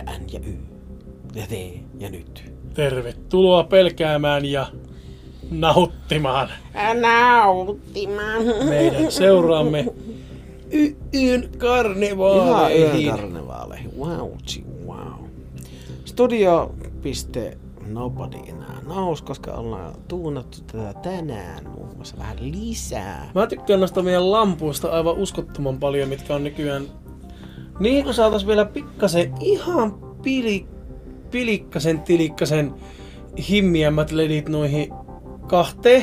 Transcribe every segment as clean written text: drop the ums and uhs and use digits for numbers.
N ja Y ja T ja nyt. Tervetuloa pelkäämään ja nauttimaan. Meidän seuraamme yön karnevaaleihin. Yön karnevaaleihin. Wow. Studio.nobody enää nous, koska ollaan tuunattu tätä tänään muun muassa vähän lisää. Mä tykkään noista meidän lampuista aivan uskottoman paljon, mitkä on nykyään. Niin kun saatais vielä pikkasen ihan tilikkasen himmiämmät ledit noihin kahteen.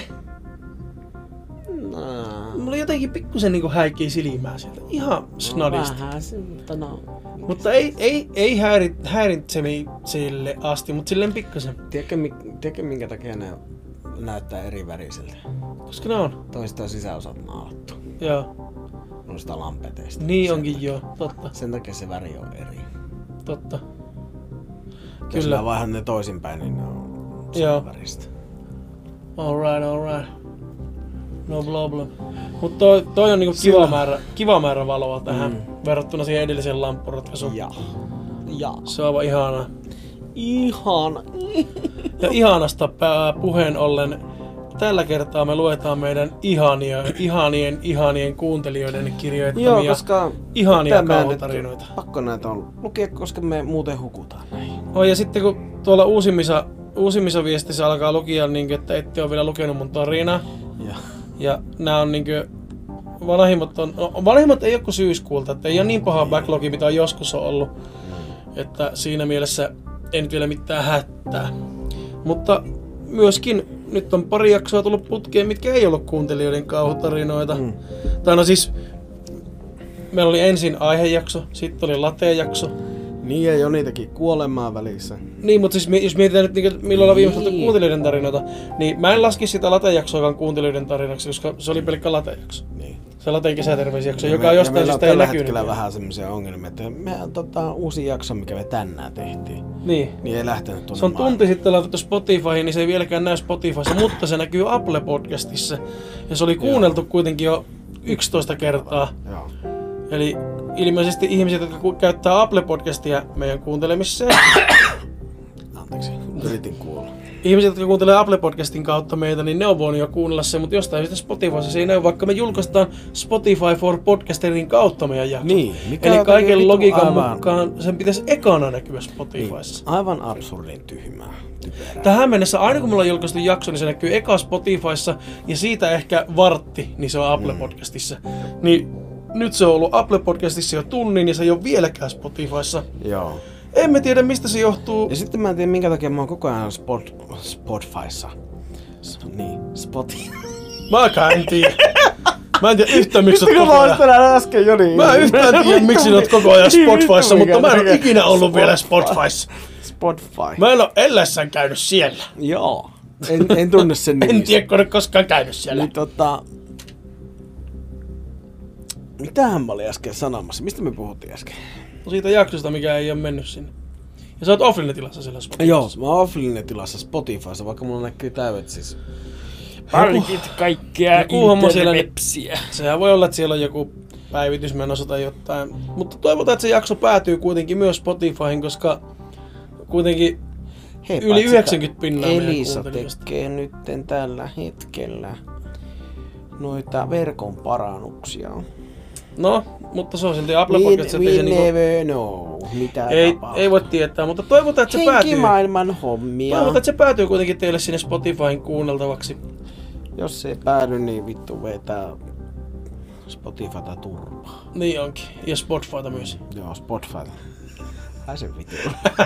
Mulla jotenkin pikkusen niinku häikii silmää sieltä. Ihan snadisti. Vähän siltä, Mutta ei häiritsemi sille asti, mutta silleen pikkasen. Tiedätkö minkä takia ne näyttää eri värisiltä? Koska ne on. Toista sisäosat maalattu. Joo. Noista lampeteista. Niin sen onkin takia. joo, totta. Sen takia se väri on eri. Totta. Jos Kyllä. mä vaihan ne toisinpäin, niin ne on Joo. sen väristä. Alright. No problem. Mutta toi on niinku kiva määrä valoa tähän verrattuna siihen edelliseen lamppuratkaisuun. Ja. Se on aivan ihanaa. Ihana. Ja ihanasta puheen ollen, tällä kertaa me luetaan meidän ihanien kuuntelijoiden kirjoittamia Joo, koska ihania kauhutarinoita. Pakko näitä on lukea, koska me muuten hukutaan näihin. Ja sitten kun tuolla uusimmissa viestissä alkaa lukia, niin että ette ole vielä lukenut mun tarinaa. Ja nää on niinkö vanhimmat ei oo kuin syyskuulta, että ei oo niin paha backlogi mitä on joskus ollut. Että siinä mielessä ei nyt vielä mitään hättää. Mutta myöskin nyt on pari jaksoa tullut putkeen, mitkä ei ollut kuuntelijoiden kauhutarinoita. Tai no siis meillä oli ensin aihejakso, sitten oli latejakso. Niin ja jo niitäkin kuolemaa välissä. Niin, mutta siis jos mietitään nyt milloin on viimeistä kuuntelijoiden tarinoita, niin mä en laski sitä latejaksoakaan kuuntelijoiden tarinaksi, koska se oli pelkkä latejakso. Niin. Se lateen kesäterveysjakso, joka jostain syystä ei näkynyt. Meillä on tällä hetkellä vähän semmoisia ongelmia, että meidän uusi jakso, mikä me tänään tehtiin, niin ei lähtenyt tuonne. Se on tunti sitten laitettu Spotifyhin, niin se ei vieläkään näy Spotifyssa, mutta se näkyy Apple Podcastissa. Ja se oli kuunneltu kuitenkin jo 11 kertaa. Joo. Eli ilmeisesti ihmiset, jotka käyttää Apple Podcastia meidän kuuntelemiseen. Anteeksi, yritin kuulla. Ihmiset, jotka kuuntelee Apple Podcastin kautta meitä, niin ne on voinut jo kuunnella sen, mutta jostain syystä Spotifyssa se ei näy, vaikka me julkaistaan Spotify for Podcasterin kautta meidän jakso. Niin, eli kaiken logiikan mukaan sen pitäisi ekana näkyä Spotifyssa. Niin, aivan absurdin tyhmää. Tähän mennessä aina kun mulla on julkaistu jakso, niin se näkyy eka Spotifyssa ja siitä ehkä vartti, niin se on Apple Podcastissa. Niin nyt se on ollut Apple Podcastissa jo tunnin ja se ei ole vieläkään Spotifyssa. Joo. Emme tiedä mistä se johtuu. Ja sitten mä en tiedä minkä takia mä oon koko ajan Spotifyssa. Niin, Mäkään en tiedä. Mä en tiedä yhtään miksi oot koko ajan. Äsken jo niin. Mä en yhtään tiedä miksi oot koko ajan Spotifyssa, mutta mä en oo ikinä ollut vielä Spotifyssa. Spotify. Mä en oo ellessään käynyt siellä. Joo. En tunne sen nimistä. En tiedä, kun en koskaan käynyt siellä. Niin mitähän mä olin äsken sanomassa? Mistä me puhuttiin äsken? No siitä jaksosta, mikä ei oo mennyt sinne. Ja sä oot offline-tilassa siellä Spotifyssa. Joo, mä oon offline-tilassa Spotifyssa, vaikka mulla näkyy täydet siis. Palkit kaikkea interwebsiä. Sehän voi olla, että siellä on joku päivitys menossa tai jotain. Mutta toivotaan, että se jakso päätyy kuitenkin myös Spotifyhin, koska kuitenkin yli 90% meidän Elisa kuuntelijoista tekee nytten tällä hetkellä noita verkon parannuksia. No, mutta se on silti Apple Podcast. We never know, mitä tapahtuu. Ei voi tietää, mutta toivotaan, että se päätyy. Henkimaailman hommia. Toivotaan, että se päätyy kuitenkin teille sinne Spotifyin kuunneltavaksi. Jos se ei päädy, niin vittu vetää Spotifyta turpaa. Niin onkin. Ja Spotifyta myös. Joo, Spotifyta. Se vittu.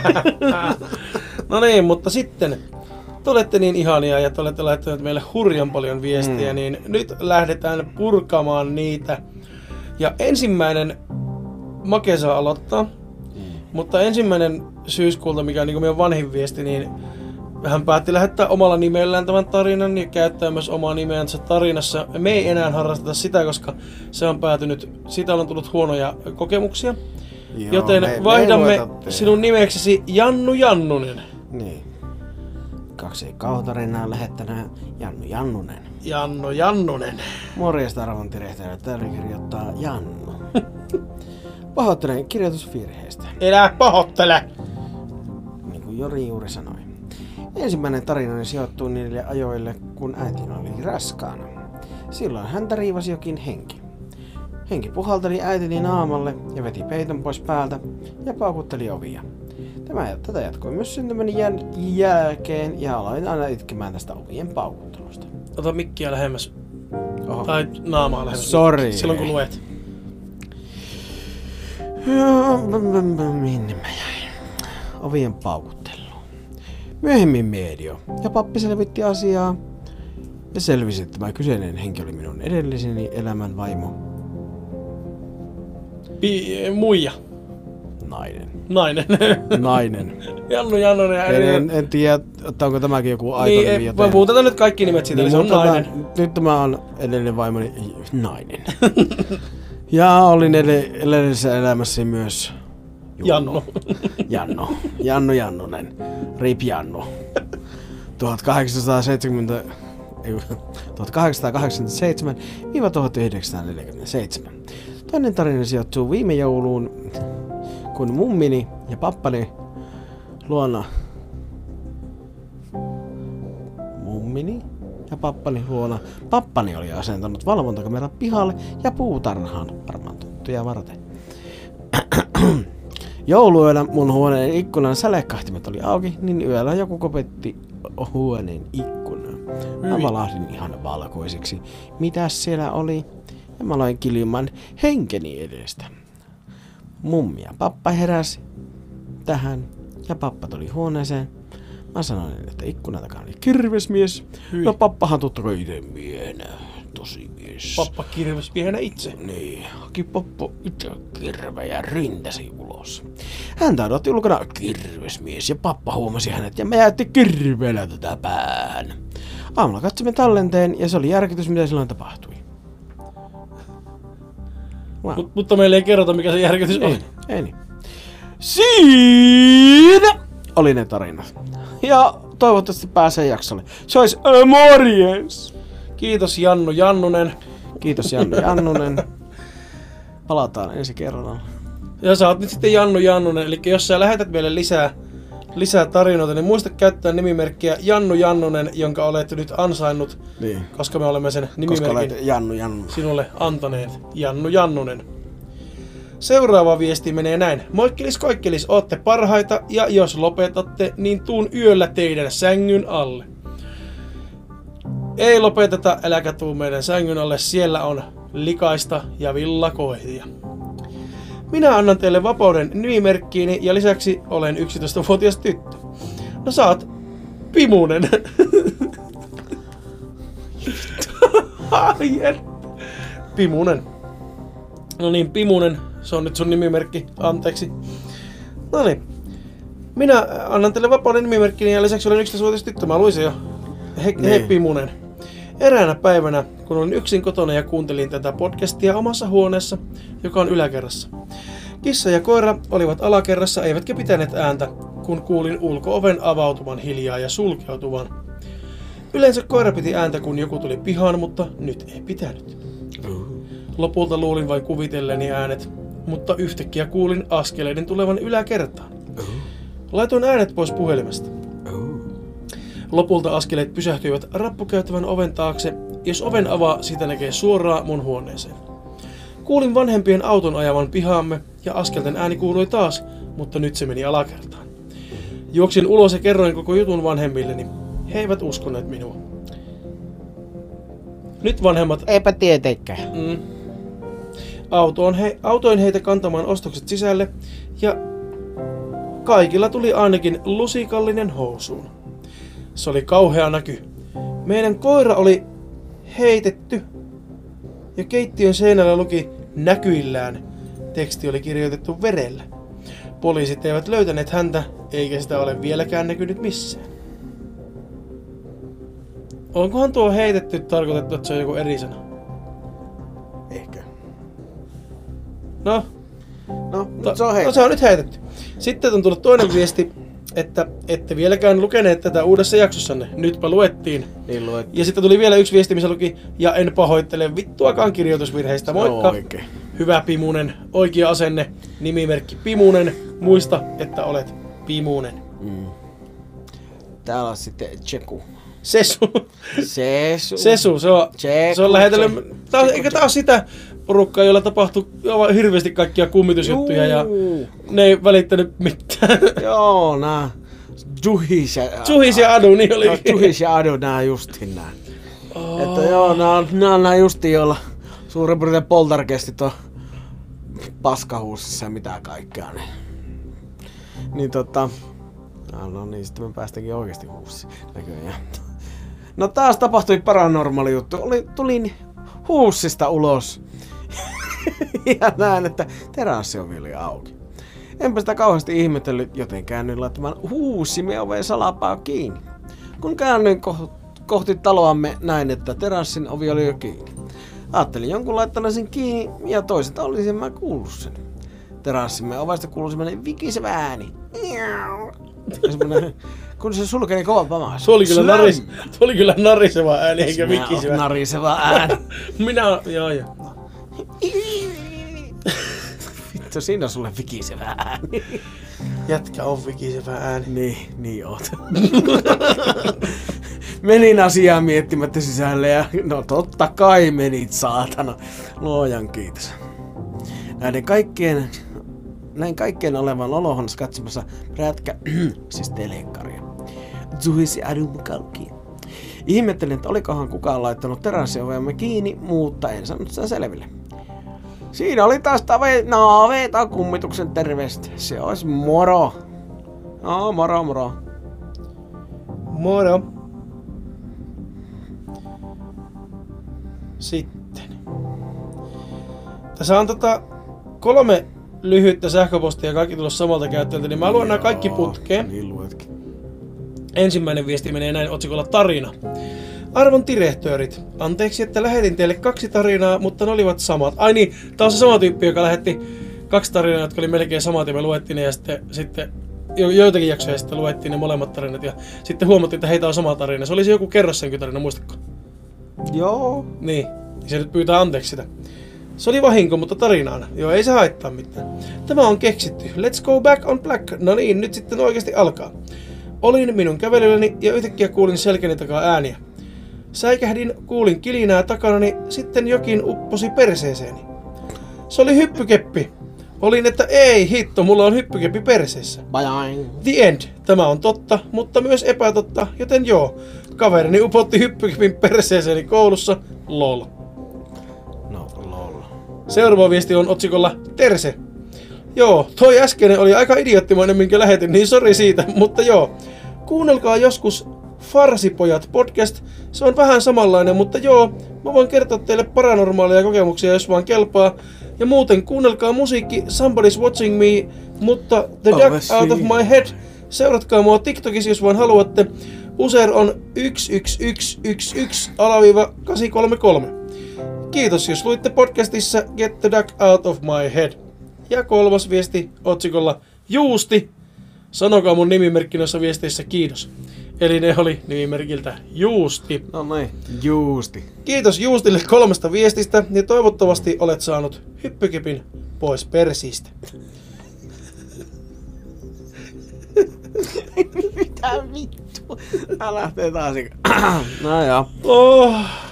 No niin, mutta sitten te olette niin ihania ja te olette laittaneet meille hurjan paljon viestiä, niin nyt lähdetään purkamaan niitä. Ja ensimmäinen, Make saa aloittaa, mutta ensimmäinen syyskuulta, mikä on niin kuin meidän vanhin viesti, niin hän päätti lähettää omalla nimellään tämän tarinan ja käyttää myös omaa nimeänsä tarinassa. Me ei enää harrasteta sitä, koska se on päätynyt, siitä on tullut huonoja kokemuksia. Joo, joten vaihdamme sinun nimeksesi Jannu Jannunen. Niin. 2 kauhutarinaa lähettänään Jannu Jannunen. Jannu Jannunen. Morjesta arvon tirehtäjä, täällä kirjoittaa Jannu. Pahoittelen kirjoitusvirheestä. Elä pahoittele! kuin juuri sanoin. Ensimmäinen tarinani sijoittuu niille ajoille, kun äitini oli raskaana. Silloin häntä riivasi jokin henki. Henki puhalteli äitini naamalle ja veti peiton pois päältä ja paukutteli ovia. Tätä jatkoi myös syntymäni jälkeen ja aloin aina itkemään tästä ovien paukuttelusta. Ota mikkiä lähemmäs. Oho. Tai naamaa lähemmäs. Sori. Silloin kun luet. Minne mä jäin? Ovien paukutteluun. Myöhemmin medio ja pappi selvitti asiaa ja selvisi, että tämä kyseinen henki oli minun edelliseni elämän vaimo. Muija. Nainen. Jannu. En tiedä, että onko tämäkin joku aikonimi. Niin, vaan muutetaan nyt kaikki nimet siitä, niin se on nainen. Nyt tämä on edellinen vaimoni nainen. Ja olin edellisessä elämässäni myös Jannu Jannunen. Rip Jannu. 1887-1947. Toinen tarina sijoittuu viime jouluun, kun mummini ja pappani luona pappani oli asentanut valvontakameran pihalle ja puutarhaan varmaan tuttuja varten. Jouluyönä mun huoneen ikkunan sälekahtimet oli auki, niin yöllä joku kopetti huoneen ikkunaa. Mä valahdin ihan valkoisiksi. Mitäs siellä oli? Ja mä aloin kiljumaan henkeni edestä. Mummi ja pappa heräsi tähän ja pappa tuli huoneeseen. Mä sanoin, että ikkunan takana oli kirvesmies. No pappahan totta kai itse miehenä. Tosi mies. Pappa kirvesmiehenä itse? Niin, haki pappa itse kirve ja rintäsi ulos. Häntä odotti ulkona kirvesmies ja pappa huomasi hänet ja me jätti kirveellä tätä päähän. Aamulla katsomme tallenteen ja se oli järkytys, mitä silloin tapahtui. Wow. Mutta meille ei kerrota, mikä se järkytys on. Ei. Siinä oli ne tarinat. Ja toivottavasti pääsee jaksolle. Se olisi morjens! Kiitos Jannu Jannunen. Kiitos Jannu Jannunen. Palataan ensi kerralla. Ja sä oot nyt sitten Jannu Jannunen. Eli jos sä lähetät meille lisää tarinoita, niin muista käyttää nimimerkkiä Jannu Jannunen, jonka olet nyt ansainnut. Niin. Koska me olemme sen nimimerkin Jannu. sinulle antaneet. Jannu Jannunen. Seuraava viesti menee näin. Moikkelis koikkelis, ootte parhaita ja jos lopetatte, niin tuun yöllä teidän sängyn alle. Ei lopeteta, äläkä tuu meidän sängyn alle, siellä on likaista ja villakoiria. Minä annan teille vapauden nimimerkkiini ja lisäksi olen 11-vuotias tyttö. No sä oot Pimunen. Pimunen. No niin, Pimunen. Se on nyt sun nimimerkki. Anteeksi. No niin. Minä annan teille vapauden nimimerkkini ja lisäksi olen 11-vuotias tyttö. Mä luin se jo. Hei Pimunen. Eräänä päivänä, kun olin yksin kotona ja kuuntelin tätä podcastia omassa huoneessa, joka on yläkerrassa. Kissa ja koira olivat alakerrassa eivätkä pitäneet ääntä, kun kuulin ulko-oven avautuman hiljaa ja sulkeutuvan. Yleensä koira piti ääntä, kun joku tuli pihaan, mutta nyt ei pitänyt. Lopulta luulin vain kuvitelleni äänet, mutta yhtäkkiä kuulin askeleiden tulevan yläkertaan. Laitoin äänet pois puhelimesta. Lopulta askeleet pysähtyivät rappukäytävän oven taakse. Jos oven avaa, sitä näkee suoraan mun huoneeseen. Kuulin vanhempien auton ajavan pihaamme ja askelten ääni kuului taas, mutta nyt se meni alakertaan. Juoksin ulos ja kerroin koko jutun vanhemmilleni. He eivät uskoneet minua. Nyt vanhemmat... Eipä tietenkään. Autoin heitä kantamaan ostokset sisälle ja kaikilla tuli ainakin lusikallinen housuun. Se oli kauhea näky. Meidän koira oli heitetty ja keittiön seinällä luki näkyillään. Teksti oli kirjoitettu verellä. Poliisit eivät löytäneet häntä, eikä sitä ole vieläkään näkynyt missään. Onkohan tuo heitetty tarkoitettu, että se on joku eri sana? Ehkä. No, se on heitetty. No se on nyt heitetty. Sitten on tullut toinen viesti, että ette vieläkään lukeneet tätä uudessa jaksossanne. Nytpä luettiin. Niin luettiin. Ja sitten tuli vielä yksi viesti, missä luki, ja en pahoittele vittuakaan kirjoitusvirheistä. Moikka. Oikein. Hyvä Pimunen. Oikea asenne. Nimimerkki Pimunen. Muista, että olet Pimunen. Täällä on sitten Tseku. Sesu. Sesu, se on lähetellyt. Eikä tää ole sitä porukkaa, jolla tapahtuu hirveästi kaikkia kummitusjuttuja ja ne ei välittänyt mitään. Joo, nää. Juhis ja Adu, niin oli. Juhis ja Adu, nää justiin nää. Että joo, nää justiin, joilla suurin piirtein poltergeistit on paskahuussissa ja mitä kaikkea. Niin no niin, sitten me päästäänkin oikeesti huussiin näköjään. No taas tapahtui paranormaali juttu. Tulin huussista ulos. Ja näin, että terassi on vielä auki. Enpä sitä kauheasti ihmetellyt, joten käännyin laittamaan huussimme oveen salapää kiinni. Kun käännyin kohti taloamme näin, että terassin ovi oli jo kiinni. Ajattelin jonkun laittaneen sen kiinni ja toiselta olisin mä kuullut sen. Terassimme ovesta kuului semmonen vikisevä ääni. Kun se sulkee niin kova pamaa. Se oli kyllä nariseva ääni eikä vikisevä. Nariseva ääni. Joo. Vittu, siinä on sulle vikisevä ääni. Jätkä on vikisevä ääni. Niin oot. Menin asiaa miettimättä sisälle ja no totta kai menit, saatana. Luojan kiitos. Näin kaikkien olevan olohuoneessa katsomassa siis telekkaria. Zuhisi Adun kalkia. Ihmettelin, että olikohan kukaan laittanut terassioveamme kiinni, mutta en saanut sitä selville. Siinä oli taas naaveta kummituksen terveistä. Se olisi moro. No, moro. Moro. Sitten. Tässä on 3 lyhyttä sähköpostia, kaikki tullut samalta käyttäjältä, niin mä luen nämä kaikki putkeen. Niin luetkin. Ensimmäinen viesti menee näin otsikolla tarina. Arvon direhtöörit, anteeksi, että lähetin teille 2 tarinaa, mutta ne olivat samat. Ai niin, tää on se sama tyyppi, joka lähetti 2 tarinaa, jotka oli melkein samat ja me luettiin ne ja sitten joitakin jaksoja sitten luettiin ne molemmat tarinat ja sitten huomattiin, että heitä on sama tarina. Se olisi joku kerrossenkytarina, muistatko? Joo. Niin, se nyt pyytää anteeksi sitä. Se oli vahinko, mutta tarinaan. Joo, ei se haittaa mitään. Tämä on keksitty. Let's go back on black. No niin, nyt sitten oikeasti alkaa. Olin minun kävelylläni ja yhtäkkiä kuulin selkäni takaa ääniä. Säikähdin, kuulin kilinää takanani, sitten jokin upposi perseeseeni. Se oli hyppykeppi. Olin, että ei hitto, mulla on hyppykeppi perseessä. The end. Tämä on totta, mutta myös epätotta, joten joo. Kaverini upotti hyppykepin perseeseeni koulussa. Lol. No, lol. Seuraava viesti on otsikolla Terse. Joo, toi äskeinen oli aika idioottimainen, minkä lähetin, niin sori siitä, mutta joo. Kuunnelkaa joskus Farsipojat podcast. Se on vähän samanlainen, mutta joo, mä voin kertoa teille paranormaaleja kokemuksia, jos vaan kelpaa. Ja muuten kuunnelkaa musiikki Somebody's Watching Me, mutta The Duck Out of My Head. Seuratkaa mua TikTokissa, jos vaan haluatte. User on 11111-833. Kiitos, jos luitte podcastissa Get the Duck Out of My Head. Ja 3. viesti otsikolla Juusti. Sanokaa mun nimimerkki noissa viesteissä kiitos. Eli ne oli nimimerkiltä Juusti. No niin, Juusti. Kiitos Juustille 3 viestistä ja toivottavasti olet saanut hyppykepin pois persistä. Mitä vittu? Älä lähtee taas. No joo. Oh.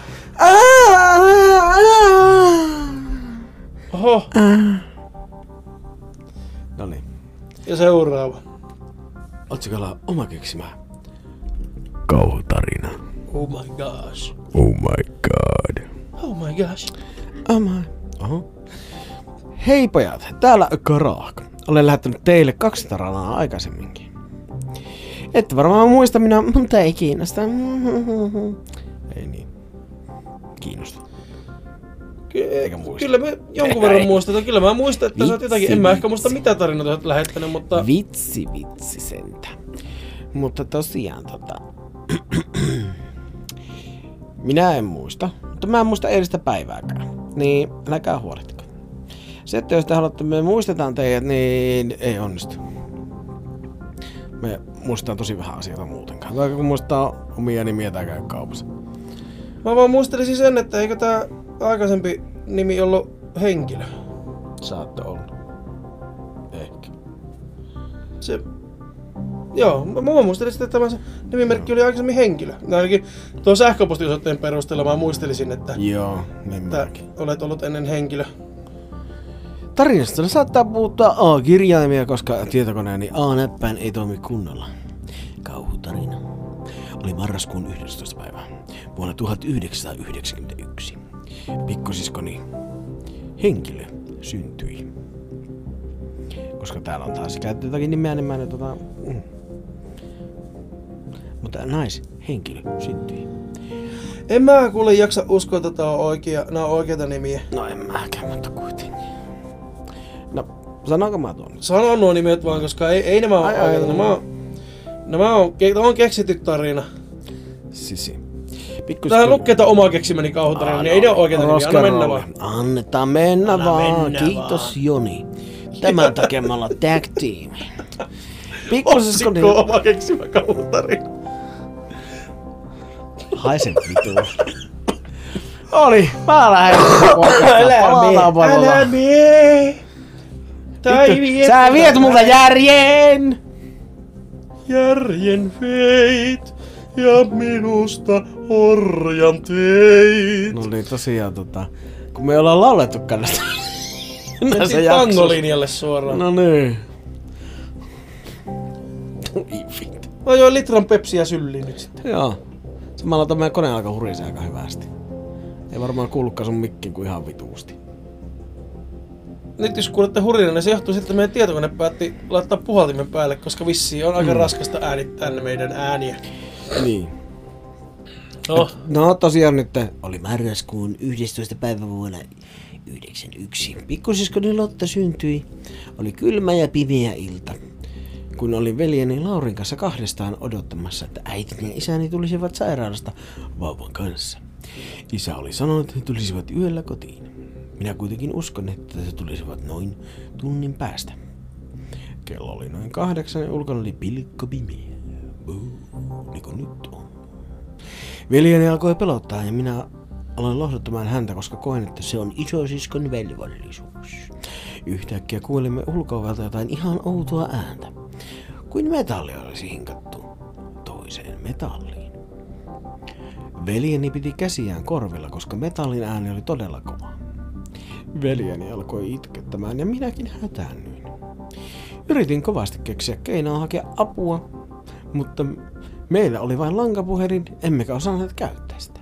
Oho. No niin. Ja seuraava. Otsikolla oma keksimä kauhutarina. Oh my gosh. Oh my god. Oh my gosh. Oh my. Oho. Hei pojat, täällä Karahka. Olen lähettänyt teille 2 tarinaa aikaisemminkin. Ette varmaan muista minä, mutta ei kiinnosta. Ei niin. Kiinnosta. Eikä muista. Kyllä me jonkun verran muistetaan. Kyllä mä muistan, että sä oot jotakin. En mä ehkä muista mitä tarinoita oot lähettänyt, mutta... Vitsi sentä. Mutta tosiaan minä en muista. Mutta mä en muista edellistä päivääkään. Niin älkää huolehtiko. Se, että jos te haluatte, me muistetaan teidät, niin ei onnistu. Me muistetaan tosi vähän asioita muutenkaan. Vaikka kun muistaa omia nimiä tai käy kaupassa. Mä vaan muistelisin sen, että eikö tää aikaisempi nimi ollut henkilö? Saatte olla. Ehkä. Se... Joo, mä muistelin sitten, että tämä nimimerkki oli aikaisemmin henkilö. Ainakin tuon sähköpostiosoitteen perusteella mä muistelisin, että, että olet ollut ennen henkilö. Tarinasta saattaa puuttua A-kirjaimia, koska tietokoneeni A-näppäin ei toimi kunnolla. Kauhutarina. Oli marraskuun 11. päivä vuonna 1991. Pikkosiskoni henkilö syntyi. Koska täällä on taas käytetty jotakin nimeä, niin mä nyt Mutta naishenkilö syntyi. En mä kuule jaksa uskoa, että nämä on oikeita nimiä. No en mäkään, mutta kuitenkin. No, sanonko mä tuon? Sano nuo nimet vaan, koska ei nämä ole oikeita. Nämä on keksitty tarina. Sisi. Tähän lukee omaa keksimäni kauhutarina, niin ei ne ole oikeita nimiä. Anna mennä vaan. Annetaan mennä vaan. Kiitos Joni. Tämän takia me ollaan tag team. Otsikko oma keksimä kauhutarina. Haise vitua. Oli, mä lähden. Älä mene. Sä viet multa järjen. Järjen veit ja minusta orjan teit. No niin tosiaan kun me ollaan laulettu kannasta. Mentiin tangolinjalle suoraan. No niin. Mä join litran pepsiä sylliin nyt sitten. Joo. Samalla tämä kone alkaa hurisee aika hyvästi. Ei varmaan kuullutkaan sun mikkiin kuin ihan vituusti. Nyt jos kuulette hurinaa, niin se johtuu siitä, että meidän tietokone päätti laittaa puhaltimen päälle, koska vissiin on aika raskasta äänittää ne meidän ääniä. Niin. No tosiaan nyt oli marraskuun 11. päivä vuonna 1991. Pikkusiskoni Lotta syntyi. Oli kylmä ja pimeä ilta. Kun olin veljeni Laurin kanssa kahdestaan odottamassa, että äitini ja isäni tulisivat sairaalasta vauvan kanssa. Isä oli sanonut, että he tulisivat yöllä kotiin. Minä kuitenkin uskon, että he tulisivat noin tunnin päästä. Kello oli noin 8 ja ulkona oli pilkko pimeä. Niin kuin nyt on. Veljeni alkoi pelottaa ja minä aloin lohduttamaan häntä, koska koen, että se on isosiskon velvollisuus. Yhtäkkiä kuulimme ulko-ovelta jotain ihan outoa ääntä. Kuin metalli olisi hinkattu toiseen metalliin. Veljeni piti käsiään korvilla, koska metallin ääni oli todella kova. Veljeni alkoi itkettämään ja minäkin hätäännyin. Yritin kovasti keksiä keinoa hakea apua, mutta meillä oli vain lankapuhelin, emmekä osanneet käyttää sitä.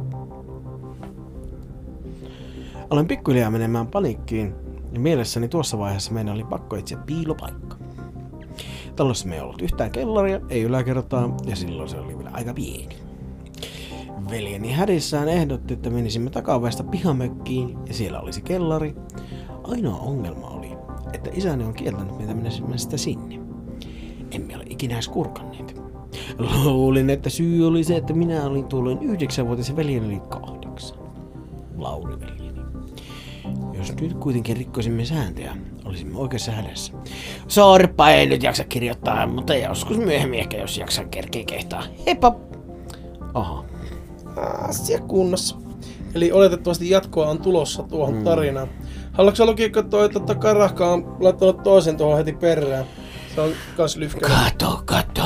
Aloin pikkuhiljaa menemään paniikkiin ja mielessäni tuossa vaiheessa meidän oli pakko etsiä piilopaikka. Talossa me ei ollut yhtään kellaria, ei yläkertaa ja silloin se oli vielä aika pieni. Veljeni hädissään ehdotti, että menisimme takaovesta pihamökkiin ja siellä olisi kellari. Ainoa ongelma oli, että isäni on kieltänyt meitä menemästä sinne. Emme ole ikinä edes kurkanneet. Luulin, että syy oli se, että minä olin tuolloin 9-vuotias ja veljeni oli 8. Lauri veljeni. Jos nyt kuitenkin rikkoisimme sääntöjä, olisimme oikeassa hädässä. Sorpa ei nyt jaksa kirjoittaa, mutta joskus myöhemmin ehkä jos jaksaa kerkeä kehtaa. Heippa! Aha. Asia kunnossa. Eli oletettavasti jatkoa on tulossa tuohon tarinaan. Haluatko Loki katsoa, että Karahka on laittanut toisen tuohon heti perään? Se on kans lyfkäinen. Kato.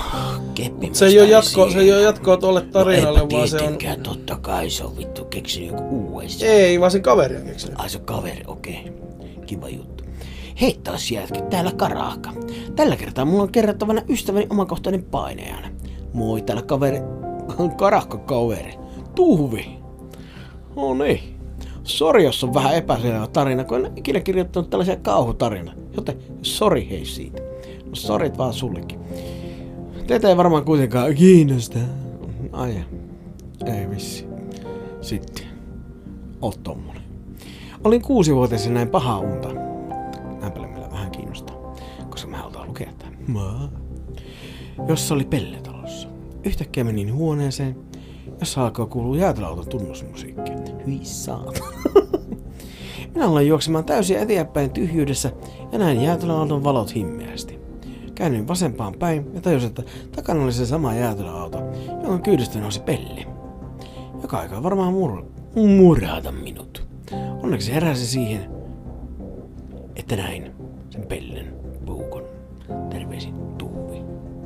Se ei ole jatkoa tuolle tarinalle, no, vaan se on... Totta kai se on vittu keksinyt joku uudestaan. Ei, vaan sen kaveri on keksinyt. Ai se on kaveri, okei. Kiva juttu. Hei taas jätket, täällä Karahka. Tällä kertaa mulla on kerrottavana ystäväni omakohtainen painajainen. Moi, täällä kaveri... Karahka kaveri. Tuhvi. No niin. Sori, jos on vähän epäselvä tarina, kun en ikinä kirjoittanut tällaisia kauhutarinoita. Joten sori hei siitä. No sorit vaan sullekin. Teitä ei varmaan kuitenkaan kiinnosta. Ai ei vissi. Sitten. Oot tommonen. Olin 6-vuotias ja näin pahaa unta. Näin paljon meillä vähän kiinnostaa. Koska mä halutaan lukea tämän. Jossa oli pelletalossa. Yhtäkkiä menin huoneeseen, jossa alkoi kuulua jäätelöauton tunnusmusiikkia. Hyi saatana. Minä aloin juoksemaan täysin eteenpäin tyhjyydessä ja näin jäätelöauton valot himmeästi. Käännyin vasempaan päin ja tajusin, että takana oli se sama jäätelöauto, jonka kyydistä nousi Pelle. Joka aikaa varmaan murhata minut. Onneksi heräsin siihen, että näin sen Pellen puukon. Terveisin Tuuvi.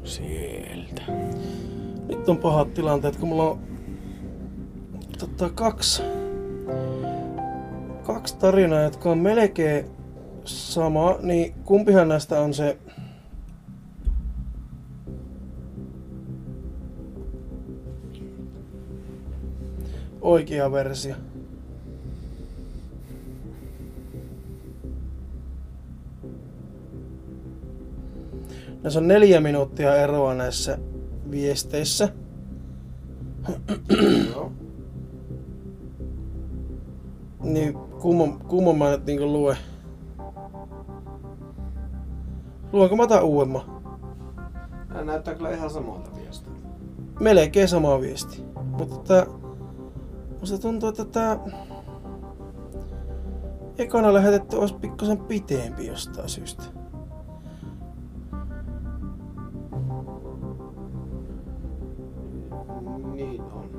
Sieltä. Nyt on pahat tilanteet, kun mulla on kaksi tarinaa, jotka on melkein sama, niin kumpihan näistä on se oikea versio. Näissä on 4 minuuttia eroa näissä viesteissä. Niin kumman mä nyt niinku luen? Luenko mä tän uudemman? Tää näyttää kyllä ihan samalta viestiä. Melkein sama viesti. Mutta musta tuntuu, että tää ekana lähetetty olisi pikkasen pitempi jostain syystä. Niin on.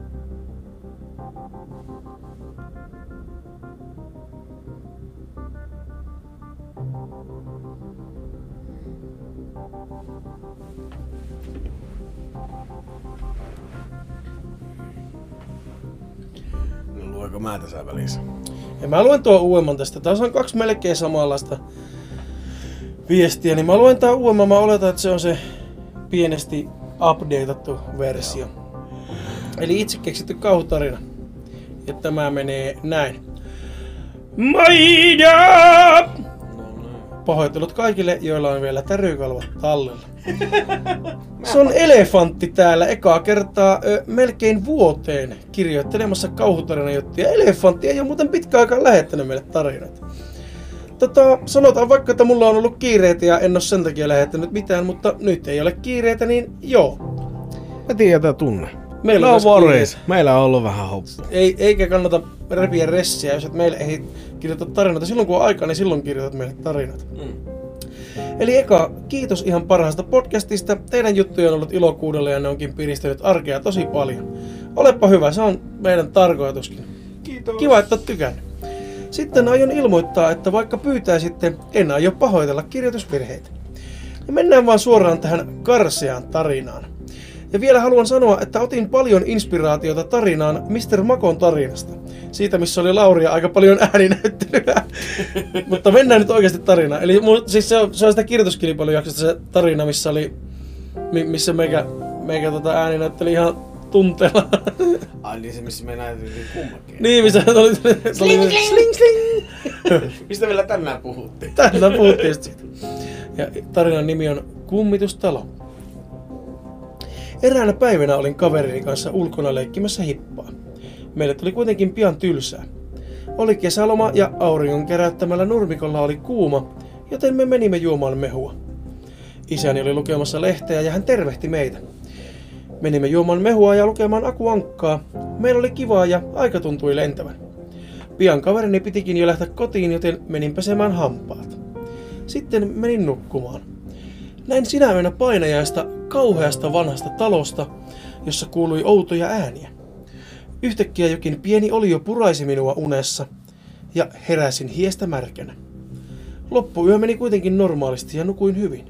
No luenko mä tässä välissä? Ja mä luen tuon uudemman tästä. Taas on 2 melkein samanlaista viestiä, niin mä luen tää uudemman. Mä oletan, että se on se pienesti updateattu versio. Eli itse keksitty kauhutarina. Ja tämä menee näin. Maida! Pahoittelut kaikille, joilla on vielä tärykalvot tallella. Se on elefantti täällä ekaa kertaa melkein vuoteen kirjoittelemassa kauhutarinajuttuja. Elefantti ei ole muuten pitkään aikaan lähettänyt meille tarinoita. Sanotaan vaikka, että mulla on ollut kiireitä ja en ole sen takia lähettänyt mitään, mutta nyt ei ole kiireitä, niin joo. Mä tiedän tunne. Meillä on worries. Meillä on ollut vähän hoppua. Eikä kannata repiä ressiä, jos et meille ei kirjoita tarinoita. Silloin kun on aikaa, niin silloin kirjoitat meille tarinat. Eli eka, kiitos ihan parhaasta podcastista. Teidän juttuja on ollut ilo kuudella ja ne onkin piristänyt arkea tosi paljon. Olepa hyvä, se on meidän tarkoituskin. Kiitos. Kiva, että oot tykännyt. Sitten aion ilmoittaa, että vaikka pyytäisitte, en aio pahoitella kirjoitusvirheitä. Ja mennään vaan suoraan tähän karseaan tarinaan. Ja vielä haluan sanoa, että otin paljon inspiraatiota tarinaan Mr. Makon tarinasta. Siitä, missä oli Lauria aika paljon ääninäyttelyä. Mutta mennään nyt oikeasti tarinaan. Eli siis se on sitä kirjoituskilpailujaksosta se tarina, missä meikä ääninäytteli ihan tunteella. Ai niin se, missä me näytettiin kummakin. Niin, missä oli sling, sling. Mistä vielä tänään puhuttiin? Tänään puhuttiin just siitä. Ja tarinan nimi on Kummitustalo. Eräänä päivänä olin kaverini kanssa ulkona leikkimässä hippaa. Meille tuli kuitenkin pian tylsää. Oli kesäloma ja auringon keräyttämällä nurmikolla oli kuuma, joten me menimme juomaan mehua. Isäni oli lukemassa lehteä ja hän tervehti meitä. Menimme juomaan mehua ja lukemaan akuankkaa. Meillä oli kivaa ja aika tuntui lentävän. Pian kaverini pitikin jo lähteä kotiin, joten menin pesemään hampaat. Sitten menin nukkumaan. Näin sinä yönä painajaista kauheasta vanhasta talosta, jossa kuului outoja ääniä. Yhtäkkiä jokin pieni olio puraisi minua unessa ja heräsin hiestä märkänä. Loppuyö meni kuitenkin normaalisti ja nukuin hyvin.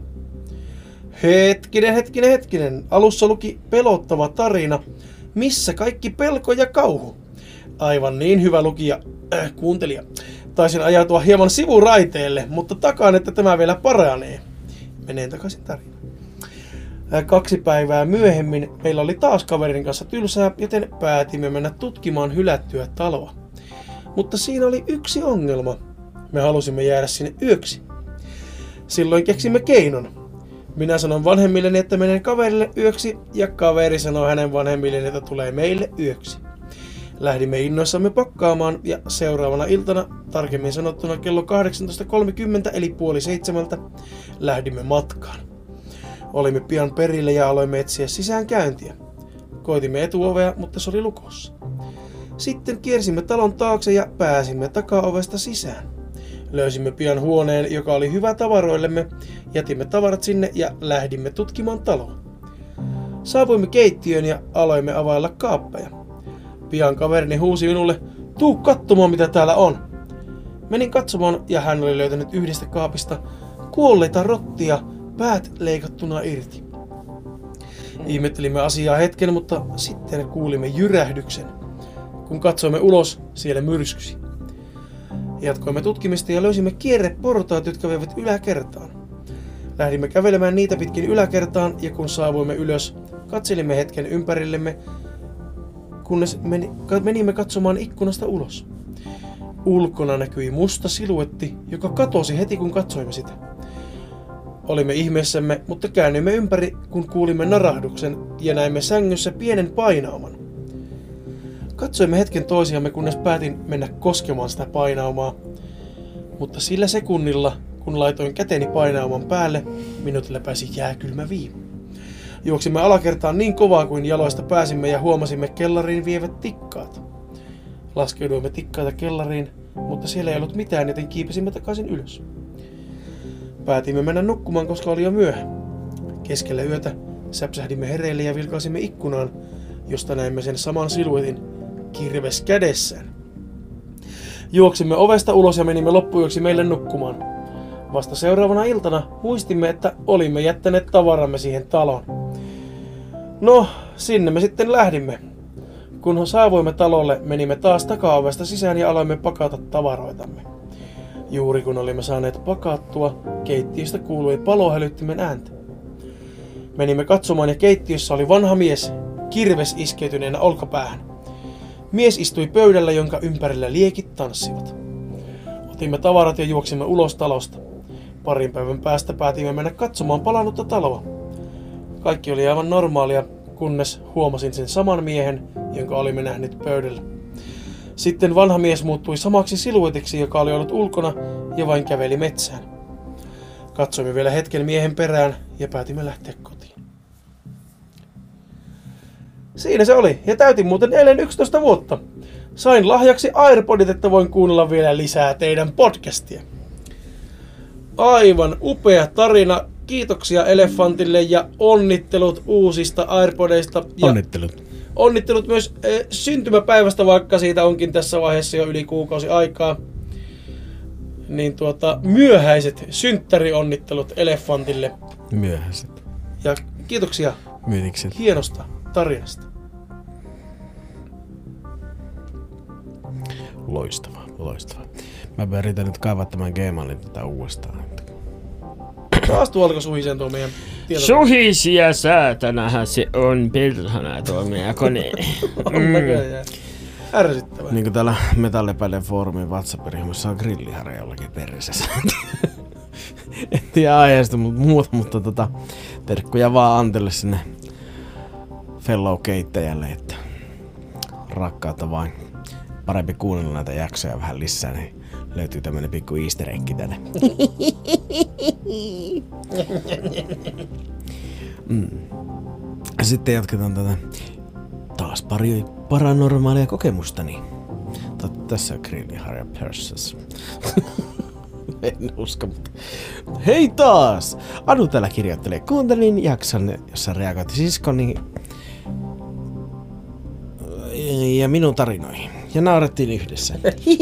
Hetkinen. Alussa luki pelottava tarina. Missä kaikki pelko ja kauhu? Aivan niin hyvä lukija, kuuntelija. Taisin ajautua hieman sivuraiteelle, mutta takaan, että tämä vielä paranee. Meneen takaisin tarinaan. 2 päivää myöhemmin meillä oli taas kaverin kanssa tylsää, joten päätimme mennä tutkimaan hylättyä taloa. Mutta siinä oli yksi ongelma. Me halusimme jäädä sinne yöksi. Silloin keksimme keinon. Minä sanon vanhemmilleni, että menen kaverille yöksi, ja kaveri sanoo hänen vanhemmilleen, että tulee meille yöksi. Lähdimme innoissamme pakkaamaan, ja seuraavana iltana, tarkemmin sanottuna kello 18.30 eli 6:30, lähdimme matkaan. Olimme pian perille ja aloimme etsiä sisäänkäyntiä. Koitimme etuovea, mutta se oli lukossa. Sitten kiersimme talon taakse ja pääsimme takaovesta sisään. Löysimme pian huoneen, joka oli hyvä tavaroillemme, jätimme tavarat sinne ja lähdimme tutkimaan taloa. Saavuimme keittiöön ja aloimme availla kaappeja. Pian kaverini huusi minulle, tuu katsomaan mitä täällä on. Menin katsomaan ja hän oli löytänyt yhdestä kaapista kuolleita rottia päät leikattuna irti. Ihmettelimme asiaa hetken, mutta sitten kuulimme jyrähdyksen. Kun katsoimme ulos, siellä myrskysi. Jatkoimme tutkimista ja löysimme kierreportaat, jotka veivät yläkertaan. Lähdimme kävelemään niitä pitkin yläkertaan ja kun saavuimme ylös, katselimme hetken ympärillemme, kunnes menimme katsomaan ikkunasta ulos. Ulkona näkyi musta siluetti, joka katosi heti kun katsoimme sitä. Olimme ihmeessämme, mutta käännyimme ympäri, kun kuulimme narahduksen ja näimme sängyssä pienen painauman. Katsoimme hetken toisiamme, kunnes päätin mennä koskemaan sitä painaumaa, mutta sillä sekunnilla, kun laitoin käteni painauman päälle, minut läpäisi jääkylmä viiva. Juoksimme alakertaan niin kovaa kuin jaloista pääsimme ja huomasimme kellariin vievät tikkaat. Laskeuduimme tikkaita kellariin, mutta siellä ei ollut mitään, joten kiipesimme takaisin ylös. Päätimme mennä nukkumaan, koska oli jo myöhä. Keskellä yötä säpsähdimme hereille ja vilkaisimme ikkunaan, josta näimme sen saman siluetin kirves kädessään. Juoksimme ovesta ulos ja menimme loppuyöksi meille nukkumaan. Vasta seuraavana iltana muistimme, että olimme jättäneet tavaramme siihen taloon. No, sinne me sitten lähdimme. Kun saavuimme talolle, menimme taas takaovesta sisään ja aloimme pakata tavaroitamme. Juuri kun olimme saaneet pakattua, keittiöstä kuului palohälyttimen ääntä. Menimme katsomaan ja keittiössä oli vanha mies, kirves iskeytyneenä olkapäähän. Mies istui pöydällä, jonka ympärillä liekit tanssivat. Otimme tavarat ja juoksimme ulos talosta. Parin päivän päästä päätimme mennä katsomaan palannutta taloa. Kaikki oli aivan normaalia, kunnes huomasin sen saman miehen, jonka olimme nähneet pöydällä. Sitten vanha mies muuttui samaksi siluetiksi, joka oli ollut ulkona ja vain käveli metsään. Katsoimme vielä hetken miehen perään ja päätimme lähteä kotiin. Siinä se oli, ja täytin muuten eilen 11 vuotta. Sain lahjaksi AirPodit, että voin kuunnella vielä lisää teidän podcastia. Aivan upea tarina. Kiitoksia Elefantille ja onnittelut uusista AirPodeista. Ja onnittelut myös syntymäpäivästä, vaikka siitä onkin tässä vaiheessa jo yli kuukausi aikaa. Niin myöhäiset synttärionnittelut Elefantille. Myöhäiset. Ja kiitoksia Myydikset. hienosta tarinasta. Loistavaa. Mä yritän nyt kaivaa tämän Gmailin tätä uudestaan. Taas tuolko suhiseen tuo meidän tieto? Suhisia säätänähän se on perhana tuo meidän kone. On näköjään. Ärsyttävää. Niin kuin täällä Metallipäiden foorumin WhatsApp-ryhmässä on grilliharja jollakin perseessä. En tiedä aiheesta mutta terkkuja vaan Antille sinne fellow-keittäjälle, että rakkautta vain. Parempi kuunnella näitä jaksoja vähän lisää, niin löytyy tämmönen pikku easter egg tänne. Sitten jatketaan tätä taas pari paranormaalia kokemustani. Tässä on grilliharja Perses. En usko, mutta hei taas! Anu täällä kirjoittelee. Kuuntelin jakson, jossa reagoitti siskoni ja minun tarinoihin. Ja naurettiin yhdessä.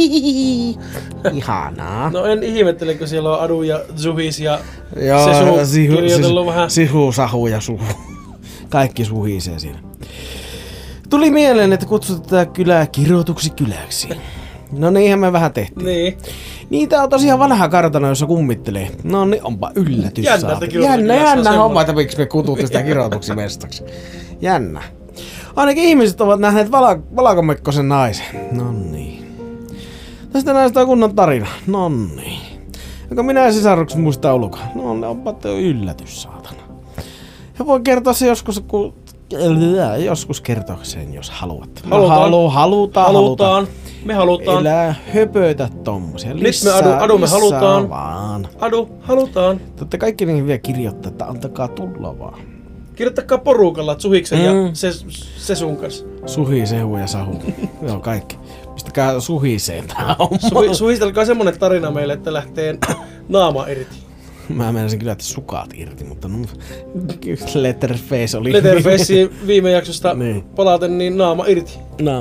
Ihanaa. No en ihmettele, kun siellä on Adu ja Zuhis ja Sesu kirjoitellut vähän. Sihu, sahu ja suhu. Kaikki suhisee siinä. Tuli mieleen, että kutsutaan tätä kylää kirjoituksi kyläksi. No niinhän me vähän tehtiin. Niin. Niitä on tosiaan vanha kartano, jossa kummittelee. No niin, onpa yllätys. Jännä homma, että miksi me kututtiin sitä kirjoituksi mestaksi. Jännä. Ainakin ihmiset ovat nähneet valakomekkosen naisen. Nonnii. Tästä näistä on kunnon tarina. Nonnii. Jonka minä ja sisaruksi muistaa ulkoa. No onpa yllätys, saatana. Ja voi kertoa se joskus, kun joskus kertoa sen, jos haluat. Halutaan. Me halutaan. Elää höpöitä tommosia. Nyt me Adu me halutaan. Vaan. Adu, halutaan. Totta kaikki niihin vielä kirjoittaa, että antakaa tulla vaan. Kirjoittakaa porukalla Suhiksen ja se sun kanssa. Suhi, sehu ja sahu. Joo, kaikki. Pistäkää suhiseen tää homma. Suhistelkaa semmonen tarina meille, että lähtee naama irti. Mä menisin kyllä, että sukat irti, mutta Letterface oli... Letterface viime jaksosta niin. Palaten, niin naama irti.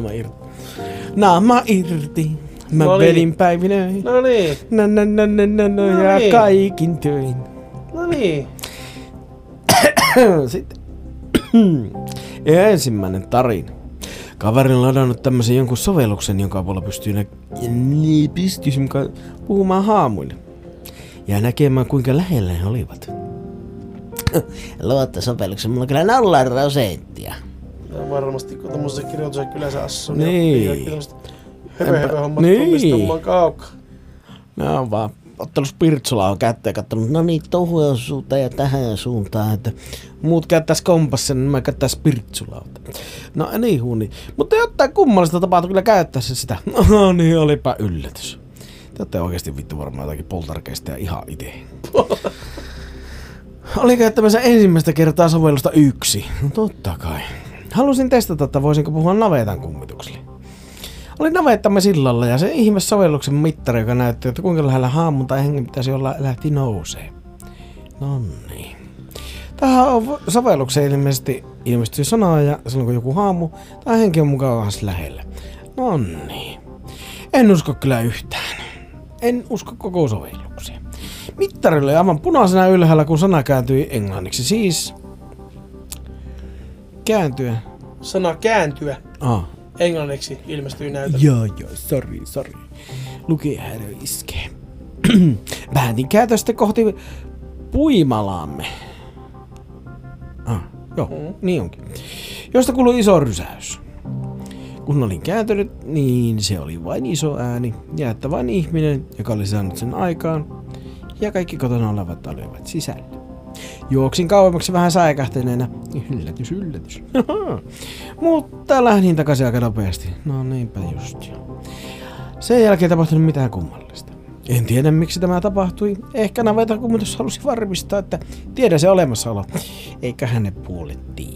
Naama irti. Mä vedin päivinöin. No niin. No ja kaikin töin. No niin. Sitten Ja ensimmäinen tarina. Kaveri on ladannut tämmöisen jonkun sovelluksen, jonka avulla pystyy puhumaan haamuille. Ja näkemään, kuinka lähellä he olivat. Luotto-sovelluksen, mulla on kyllä 0%. No varmasti, kun tommosessa kirjoituksen kylässä asuu, niin höpö hommat niin. tunnistamaan kaukaa. Mä oon vaan ottanut spirtsulaa kättä ja kattonut, no niin, tohon suuntaan ja tähän suuntaan, että muut käyttäis kompassia, niin mä käyttäis spirtsulaa. No niin huuni. Mutta jotain kummallista tapahtui kyllä käyttäessä sitä. No niin, olipa yllätys. Te ootte oikeesti vittu varmaan jotakin poltergeistia ihan ite. Olin käyttämässä ensimmäistä kertaa sovellusta 1. No totta kai. Halusin testata, että voisinko puhua navetan kummitukselle. Olin navettamme sillalla ja se ihme sovelluksen mittari, joka näytti, että kuinka lähellä haamun tai hengen pitäisi olla, lähti nousee. Noniin. Tähän sovellukseen ilmestyy sanaa ja silloin kun joku haamu tai henki on mukavasti lähellä. Noniin. En usko kyllä yhtään. En usko koko sovelluksia. Mittari oli aivan punaisena ylhäällä, kun sana kääntyi englanniksi. Siis kääntyä. Sana kääntyä. Ah. Englanniksi ilmestyy näytöllä. Joo, sorry. Lukihäiriö iskee. Päätin käytöstä kohti puimalaamme. Joo, niin onkin. Josta kuului iso rysäys. Kun olin kääntynyt, niin se oli vain iso ääni ja että vain ihminen, joka oli saanut sen aikaan, ja kaikki kotona olevat olivat sisällä. Juoksin kauemmaksi vähän säikähtäneenä. Yllätys. Mutta lähdin takaisin aika nopeasti. No niinpä just jo. Sen jälkeen ei tapahtunut mitään kummallista. En tiedä miksi tämä tapahtui. Ehkä navetan kummitus halusi varmistaa, että tiedä se olemassaolo. Eikä hänen puolet tiedä.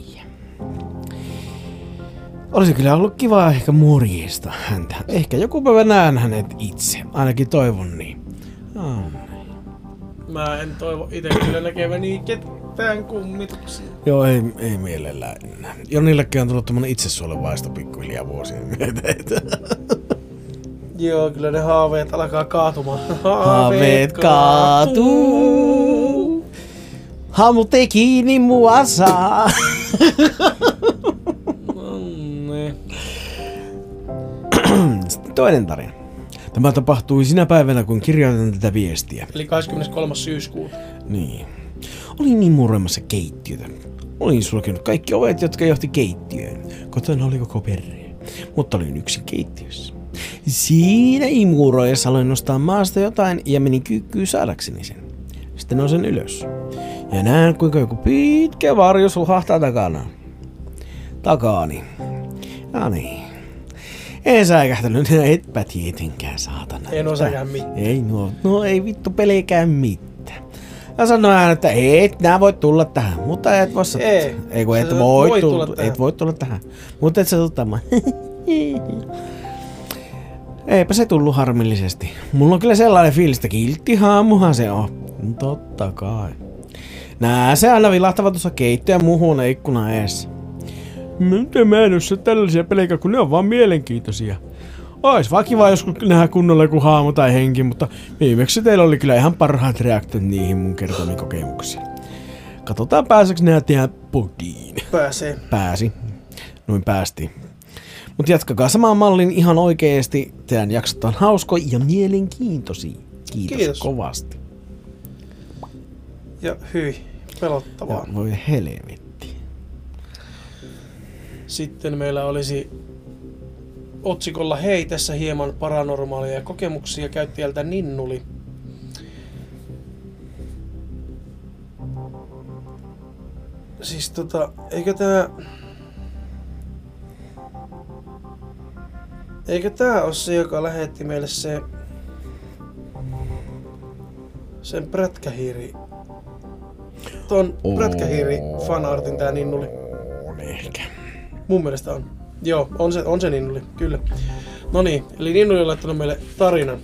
Olisi kyllä ollut kiva ehkä morjesta häntä. Ehkä joku päivä näen hänet itse. Ainakin toivon niin. Mä en toivo ite kyllä näkeväni ketään kummituksia. Joo, ei mielellään enää. Jonillekin on tullut tommonen itsesuojeluvaisto pikkuhiljaa vuosien myötä. Joo, kyllä ne haaveet alkaa kaatumaan. Haaveet kaatuu. Haamu teki niin mua saa. Sitten toinen tarina. Tämä tapahtui sinä päivänä, kun kirjoitan tätä viestiä. Eli 23. syyskuuta. Niin. Olin niin murremassa keittiötä. Olin sulkenut kaikki ovet, jotka johti keittiöön. Kotona oli koko perhe, mutta olin yksin keittiössä. Siinä imuroissa aloin nostaa maasta jotain ja menin kyykkyyn saadakseni sen. Sitten nousin ylös. Ja näen, kuinka joku pitkä varjo suhahtaa takaani. No niin. En säikähtänyt, etpä tietenkään, saatana. En osaa mitään. Ei ei vittu pelkää mitään. Mä sanoin, että nää voit tulla tähän, mutta et voi et voi tulla tähän. Mutta et sä tuttamaan. Eipä se tullut harmillisesti. Mulla on kyllä sellainen fiilis, että kilttihaamuhan se on. Totta kai. Nää se aina vilahtavat tuossa keittiö ja muuhun ikkuna eessä. Mä en osaa tällaisia pelejä, kun ne on vaan mielenkiintoisia. Ois vaan kiva joskus nähdä kunnolla joku haamu tai henki, mutta viimeksi teillä oli kyllä ihan parhaat reaktiot niihin mun kertomiin kokemuksiin. Katsotaan pääseekö nää tehdä podiin. Pääsi. Noin päästiin. Mut jatkakaa samaan mallin ihan oikeesti. Teidän jaksot on hauskoja ja mielenkiintoisia. Kiitos kovasti. Ja hyi, pelottavaa. Ja voi helvetti. Sitten meillä olisi otsikolla hei, tässä hieman paranormaaleja kokemuksia käyttäjältä Ninnuli. Siis eikö tää oo se, joka lähetti meille sen prätkähiiri, ton prätkähiiri fanartin tää Ninnuli? On ehkä. Mun mielestä on. Joo, on se Ninnuli, kyllä. Noniin, eli Ninnuli on laittanut meille tarinan.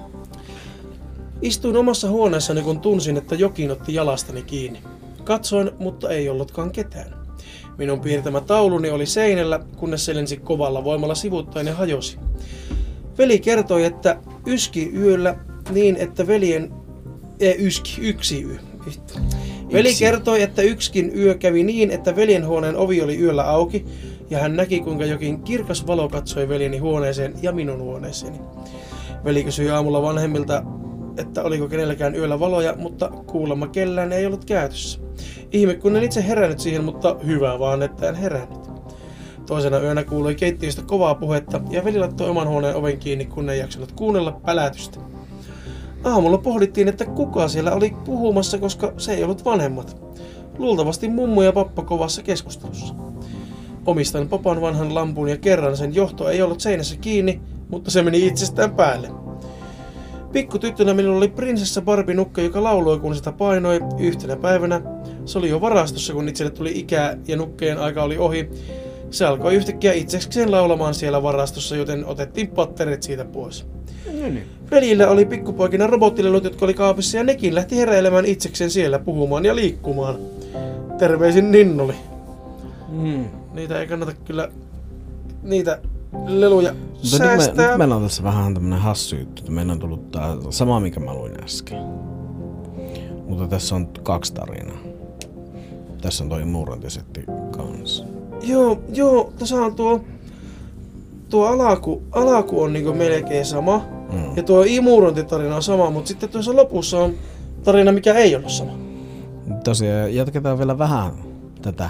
Istuin omassa huoneessani, kun tunsin, että jokin otti jalastani kiinni. Katsoin, mutta ei ollutkaan ketään. Minun piirtämä tauluni oli seinällä, kunnes se lensi kovalla voimalla sivuttaen ja hajosi. Veli kertoi, että yski yöllä niin, että yksi yö. Veli kertoi, että yksikin yö kävi niin, että veljenhuoneen ovi oli yöllä auki ja hän näki, kuinka jokin kirkas valo katsoi veljeni huoneeseen ja minun huoneeseeni. Veli kysyi aamulla vanhemmilta, että oliko kenelläkään yöllä valoja, mutta kuulemma kellään ei ollut käytössä. Ihme, kun en itse herännyt siihen, mutta hyvä vaan, että en herännyt. Toisena yönä kuului keittiöstä kovaa puhetta ja veli laittoi oman huoneen oven kiinni, kun ei jaksanut kuunnella pälätystä. Aamulla pohdittiin, että kuka siellä oli puhumassa, koska se ei ollut vanhemmat. Luultavasti mummu ja pappa kovassa keskustelussa. Omistan papan vanhan lampun ja kerran sen johto ei ollut seinässä kiinni, mutta se meni itsestään päälle. Pikkutyttönä minulla oli prinsessa Barbie-nukka, joka lauloi, kun sitä painoi yhtenä päivänä. Se oli jo varastossa, kun itselle tuli ikää ja nukkeen aika oli ohi. Se alkoi yhtäkkiä itsekseen laulamaan siellä varastossa, joten otettiin patterit siitä pois. Veljillä oli pikkupoikina robottilelut, jotka oli kaapissa, ja nekin lähti heräilemään itsekseen siellä puhumaan ja liikkumaan. Terveisin Ninnoli. Niitä ei kannata kyllä niitä leluja säästää. Nyt meillä on tässä vähän tämmönen hassu juttu, että meillä on tullut tää sama, mikä mä luin äsken. Mutta tässä on 2 tarinaa. Tässä on toi imurointisetti kanssa. Joo, tässä on tuo alaku on niinku melkein sama. Ja tuo imurointitarina on sama, mutta sitten tuossa lopussa on tarina, mikä ei ollut sama. Tosiaan jatketaan vielä vähän tätä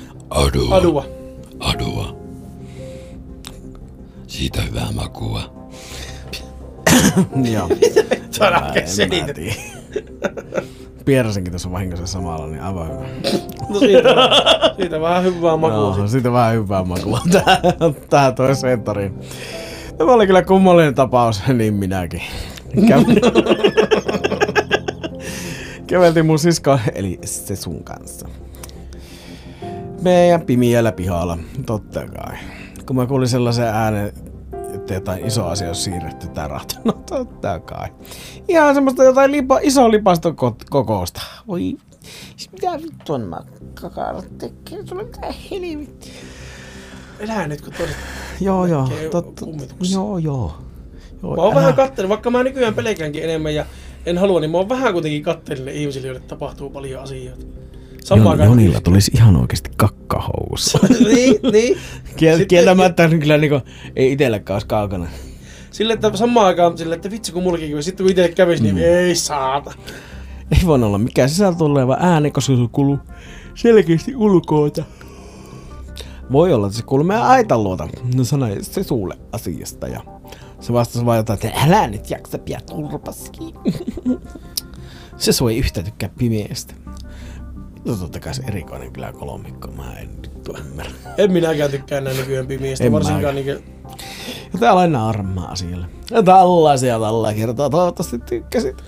Adua. Siitä hyvää makua. Joo. Saadaan selitä. Piersinkin tuossa vahingossa samalla, niin aivan hyvä. No siitä vähän hyvää makua. No, siitä vähän hyvää makua tähän toiseen tarinaan. Tämä oli kyllä kummallinen tapaus, niin minäkin. Käveltiin mun sisko, eli se sun kanssa. Meidän pimiällä pihalla, totta kai. Kun mä kuulin sellaisen äänen, että jotain iso asia on siirretty tää rata. No totta kai. Ihan semmoista jotain iso lipaston kokousta. Voi, mitä vittua nämä kakarat tekee? Sulla on mitään helvettiä. Elää nyt kun todet. Joo. Joo. Mä oon vähän kattelin, vaikka mä nykyään pelkäänkin enemmän ja en halua, niin mä oon vähän kuitenkin kattelille ihmisille, joille tapahtuu paljon asioita. Jonilla tulisi ihan oikeesti kakkahousussa. niin. Kieltämättä kyllä niinku, ei itelläkään olisi kaukana. Sille, että samaan aikaan sille, että vitsi kun mullakin kävi, sitten kun itelle kävisi, niin ei saata. Ei voi olla mikään sisältä tuleva ääni, koska se kuuluu selkeästi ulkoota. Voi olla, että se kuuluu meidän aitan luota. No sanoi se suulle asiasta ja se vastasi vaan jotain, että älä nyt jaksa pian turpaskiin. Se soi yhtä tykkää pimeästä. No totta kai se erikoinen kyllä kolmikko, mä en nyt ymmärrä. En minäkään tykkää näin nykyään pimiästä, varsinkaan niinkö... Joten aloin nauramaan asialle. Ja tällaisia tällä kertaa, toivottavasti tykkäsit.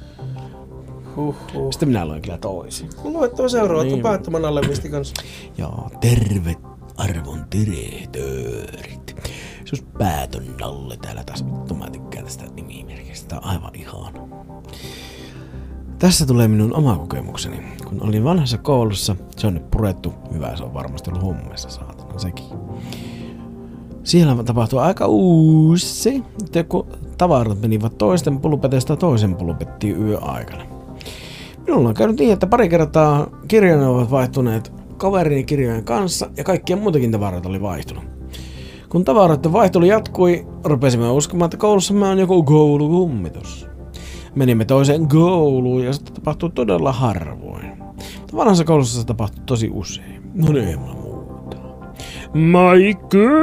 Sitten minä aloin kyllä toisin. Luettava seuraava, niin. Päättömän allevisti kanssa. Joo, terve arvon direktöörit. Sus päätön alle täällä taas. Vittu mä tykkään tästä nimimerkistä, tää on aivan ihana. Tässä tulee minun oma kokemukseni. Kun olin vanhassa koulussa, se on nyt purettu. Hyvä, se on varmasti ollut hommessa, saatana sekin. Siellä tapahtui aika uusi, että kun tavarat menivät toisten pulpeteista toisen pulpettiin yöaikana. Minulla on käynyt niin, että pari kertaa kirjani ovat vaihtuneet kaverini kirjojen kanssa ja kaikkien muutakin tavarat oli vaihtunut. Kun tavaroiden vaihtelu jatkui, rupesimme uskomaan, että koulussamme on joku koulukummitus. Menimme toiseen kouluun ja se tapahtui todella harvoin. Vanhassa koulussa se tapahtui tosi usein. No niin, ei mulla muuta. My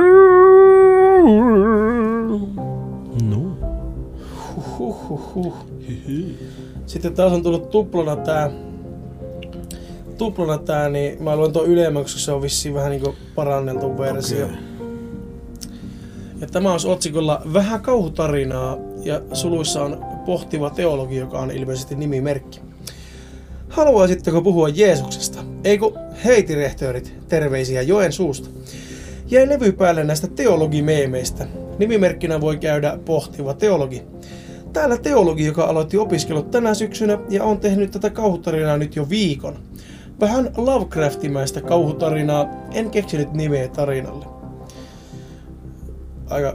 girl! No. Sitten taas on tullut tuplana tää, niin mä luen tuon ylemmän, koska se on vissiin vähän niinku paranneltu versio. Okay. Ja tämä on otsikolla vähän kauhutarinaa ja suluissa on pohtiva teologi, joka on ilmeisesti nimimerkki. Haluaisitteko puhua Jeesuksesta? Eiku, hei direktöörit, terveisiä Joen suusta. Jäi levy päälle näistä teologimeemeistä. Nimimerkkinä voi käydä pohtiva teologi. Täällä teologi, joka aloitti opiskelut tänä syksynä ja on tehnyt tätä kauhutarinaa nyt jo viikon. Vähän Lovecraftimäistä kauhutarinaa, en keksinyt nimeä tarinalle. Aika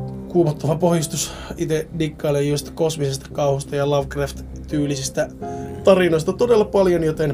kuumottava pohjustus. Itse dikkailen just kosmisesta kauhusta ja Lovecraft-tyylisistä tarinoista todella paljon, joten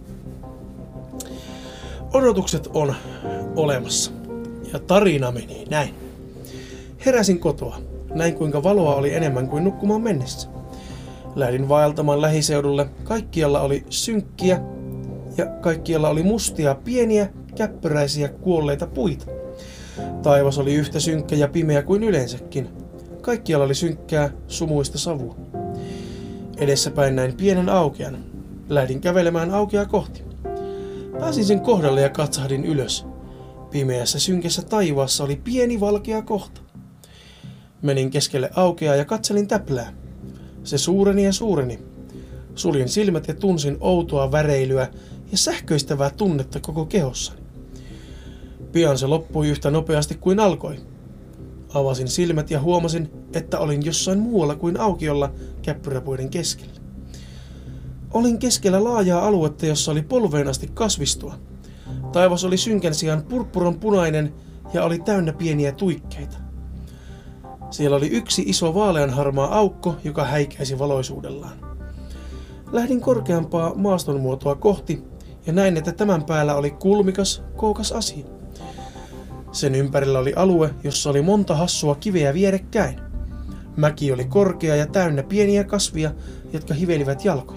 odotukset on olemassa. Ja tarina meni näin. Heräsin kotoa. Näin kuinka valoa oli enemmän kuin nukkumaan mennessä. Lähdin vaeltamaan lähiseudulle. Kaikkialla oli synkkiä ja kaikkialla oli mustia, pieniä, käppyräisiä, kuolleita puita. Taivas oli yhtä synkkä ja pimeä kuin yleensäkin. Kaikkialla oli synkkää, sumuista savua. Edessäpäin näin pienen aukean. Lähdin kävelemään aukeaa kohti. Pääsin sen kohdalle ja katsahdin ylös. Pimeässä synkässä taivaassa oli pieni valkea kohta. Menin keskelle aukeaa ja katselin täplää. Se suureni ja suureni. Suljin silmät ja tunsin outoa väreilyä ja sähköistävää tunnetta koko kehossani. Pian se loppui yhtä nopeasti kuin alkoi. Avasin silmät ja huomasin, että olin jossain muualla kuin aukiolla käppyräpuiden keskellä. Olin keskellä laajaa aluetta, jossa oli polveen asti kasvistoa. Taivas oli synkän sijaan purppuran punainen ja oli täynnä pieniä tuikkeita. Siellä oli yksi iso vaaleanharmaa aukko, joka häikäisi valoisuudellaan. Lähdin korkeampaa maastonmuotoa kohti ja näin, että tämän päällä oli kulmikas, kookas asia. Sen ympärillä oli alue, jossa oli monta hassua kiveä vierekkäin. Mäki oli korkea ja täynnä pieniä kasvia, jotka hivelivät jalkoja.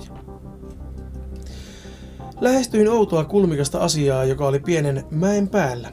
Lähestyin outoa kulmikasta asiaa, joka oli pienen mäen päällä.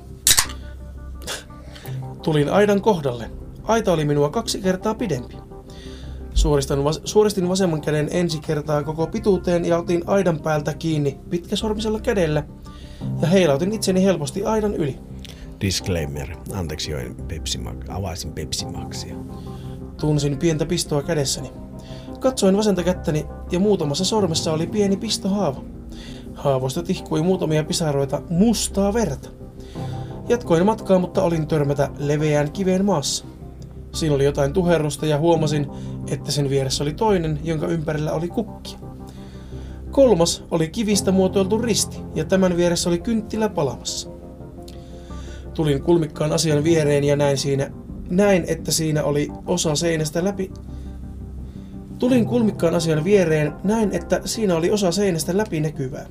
Tulin aidan kohdalle. Aita oli minua 2 kertaa pidempi. Suoristin vasemman käden ensi kertaa koko pituuteen ja otin aidan päältä kiinni pitkäsormisella kädellä ja heilautin itseni helposti aidan yli. Disclaimer. Anteeksi, avaisin Pepsi Maxia. Tunsin pientä pistoa kädessäni. Katsoin vasenta kättäni ja muutamassa sormessa oli pieni pistohaava. Haavoista tihkui muutamia pisaroita mustaa verta. Jatkoin matkaa, mutta olin törmätä leveään kiveen maassa. Siinä oli jotain tuherrusta ja huomasin, että sen vieressä oli toinen, jonka ympärillä oli kukkia. Kolmas oli kivistä muotoiltu risti ja tämän vieressä oli kynttilä palamassa. Tulin kulmikkaan asian viereen ja näin, että siinä oli osa seinästä läpi. Tulin kulmikkaan asian viereen, näin, että siinä oli osa seinästä läpinäkyvää.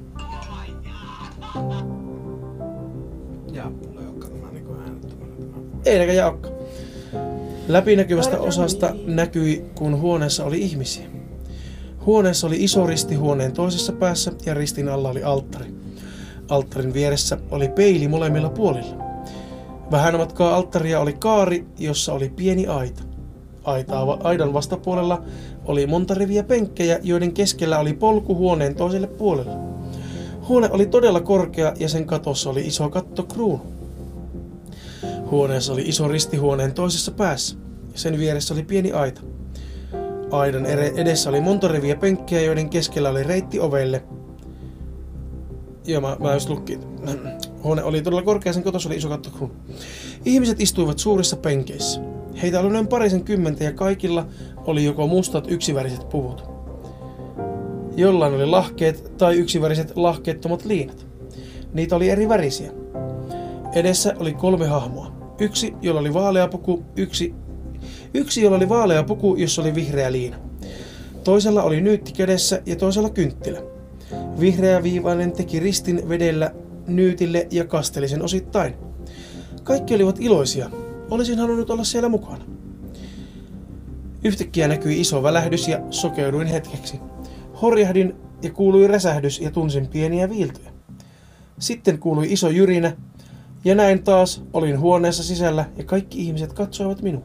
Ei näköjään olekaan. Läpinäkyvästä osasta näkyi, kun huoneessa oli ihmisiä. Huoneessa oli iso risti huoneen toisessa päässä ja ristin alla oli alttari. Alttarin vieressä oli peili molemmilla puolilla. Vähän matkaa alttaria oli kaari, jossa oli pieni aita. Aidan vastapuolella oli monta riviä penkkejä, joiden keskellä oli polku huoneen toiselle puolelle. Huone oli todella korkea ja sen katossa oli iso kattokruunu. Huoneessa oli iso risti huoneen toisessa päässä. Sen vieressä oli pieni aita. Aidan edessä oli monta riviä penkkejä, joiden keskellä oli reitti ovelle. Joo, mä just lukkin. Huone oli todella korkea, sen katossa oli iso kattokruunu. Ihmiset istuivat suurissa penkeissä. Heitä oli noin 20 ja kaikilla oli joko mustat yksiväriset puvut. Jollain oli lahkeet tai yksiväriset lahkeettomat liinat. Niitä oli eri värisiä. Edessä oli 3 hahmoa. Yksi, jolla oli vaalea puku, jolla oli vaalea puku, jossa oli vihreä liina. Toisella oli nyytti kädessä ja toisella kynttilä. Vihreä viivainen teki ristin vedellä nyytille ja kasteli sen osittain. Kaikki olivat iloisia. Olisin halunnut olla siellä mukana. Yhtäkkiä näkyi iso välähdys ja sokeuduin hetkeksi. Horjahdin ja kuului räsähdys ja tunsin pieniä viiltoja. Sitten kuului iso jyrinä ja näin taas olin huoneessa sisällä ja kaikki ihmiset katsoivat minua.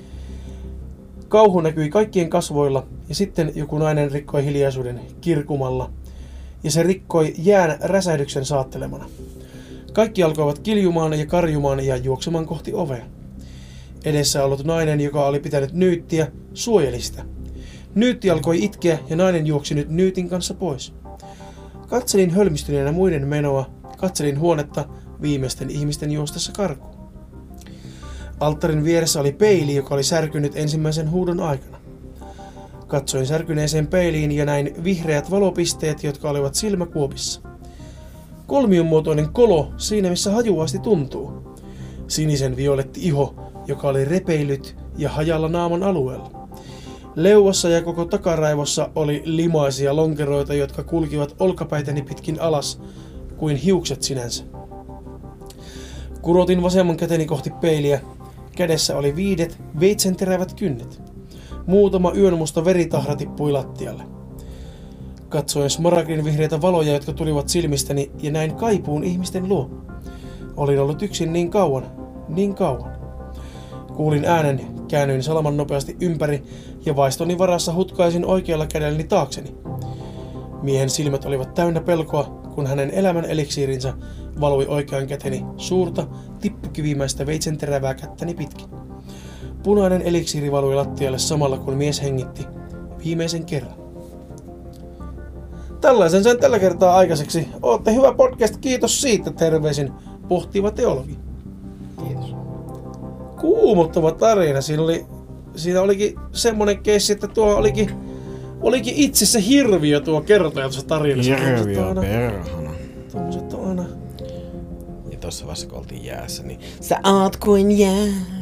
Kauhu näkyi kaikkien kasvoilla ja sitten joku nainen rikkoi hiljaisuuden kirkumalla ja se rikkoi jään räsähdyksen saattelemana. Kaikki alkoivat kiljumaan ja karjumaan ja juoksemaan kohti ovea. Edessä ollut nainen, joka oli pitänyt nyyttiä, suojeli sitä. Nyytti alkoi itkeä ja nainen juoksi nyt nyytin kanssa pois. Katselin hölmistyneenä muiden menoa, katselin huonetta viimeisten ihmisten juostessa karkuun. Alttarin vieressä oli peili, joka oli särkynyt ensimmäisen huudon aikana. Katsoin särkyneeseen peiliin ja näin vihreät valopisteet, jotka olivat silmäkuopissa. Kolmionmuotoinen kolo siinä, missä hajuasti tuntuu. Sinisen violetti iho, joka oli repeillyt ja hajalla naaman alueella. Leuassa ja koko takaraivossa oli limaisia lonkeroita, jotka kulkivat olkapäitäni pitkin alas kuin hiukset sinänsä. Kurotin vasemman käteni kohti peiliä. Kädessä oli 5 veitsenterävät kynnet. Muutama yönmusta veritahra tippui lattialle. Katsoin smaragdin vihreitä valoja, jotka tulivat silmistäni, ja näin kaipuun ihmisten luo. Olin ollut yksin niin kauan, niin kauan. Kuulin äänen, käännyin salaman nopeasti ympäri ja vaistoni varassa hutkaisin oikealla kädelläni taakseni. Miehen silmät olivat täynnä pelkoa, kun hänen elämän eliksiirinsä valui oikean käteni suurta, tippukivimäistä veitsenterävää kättäni pitkin. Punainen eliksiiri valui lattialle samalla, kun mies hengitti viimeisen kerran. Tällaisen sain tällä kertaa aikaiseksi. Ootte hyvä podcast, kiitos siitä, terveisin pohtiva teologi. Kiitos. Kuumottava tarina. Siinä olikin semmonen keissi, että tuo olikin itse se hirviö tuo kertoja tuossa tarinassa. Hirviö perhana. Tommoset on aina. Ja tossa vaiheessa kun oltiin jäässä, niin sä oot kuin jää.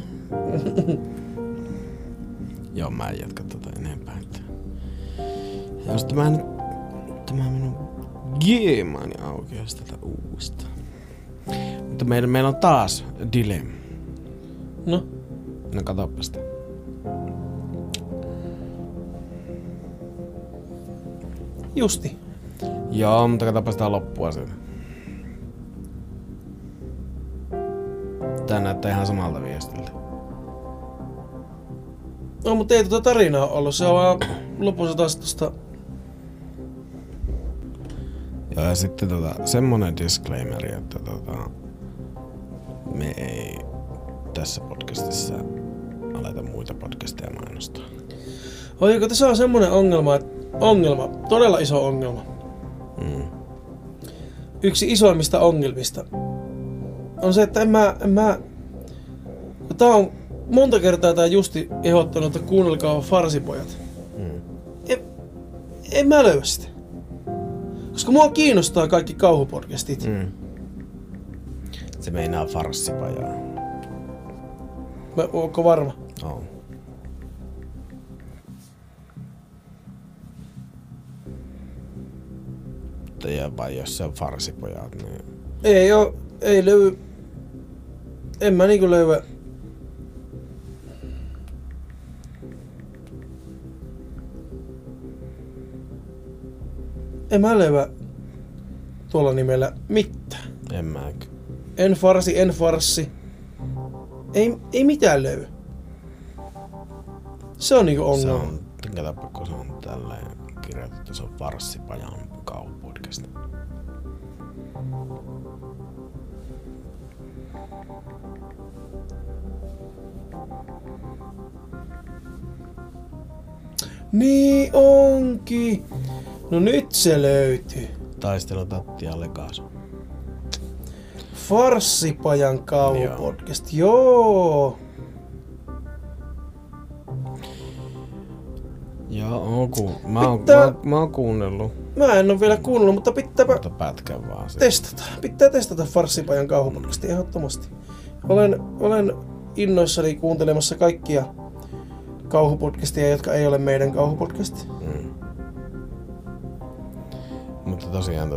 Joo, mä en jatka enempää. Ja jos tämä minun Gmaani aukeaisi tätä uudestaan. Mutta meillä on taas dilemma. No? No katoppa sitä. Justi. Joo, mutta katoppa sitä loppua siitä. Tää näyttää ihan samalta viestiltä. No, mutta ei tuota tarinaa ollut. Se on vaan lopussa taas tosta. Ja sitten semmonen disclaimer, että me ei tässä podcastissa aleta muita podcasteja mainostaa. Oliko tässä on semmonen ongelma, todella iso ongelma. Yksi isoimmista ongelmista on se, että tää on monta kertaa tää Justi ehdottanut, että kuunnelkaa Farsipojat. En mä löyä sitä. Koska mua kiinnostaa kaikki kauhupodcastit. Se meinaa farssipajaa. Ootko varma? Oo. Ja vai jos se on farsipojat, niin... Ei löydy. En mä niinku löyä. En mä löyä tuolla nimellä mitään. En mäkään. En farssi. Ei mitään löyä. Se on niinku ongelma. Katsopa, kun se on tälleen kirjoitettu, se on farssipajan kauhupodcast. Niin onkin. No nyt se löytyy. Taistelu Tattia Legaso. Farssipajan kauhupodcast. Joo. Joo, mä oon kuunnellut. Mä en oo vielä kuunnellut, mutta pitääpä Mutta pätkän vaan se. testata. Pitää testata Farssipajan kauhupodcastia ehdottomasti. Olen innoissani kuuntelemassa kaikkia kauhupodcastia, jotka ei ole meidän kauhupodcast. Mutta tosiaan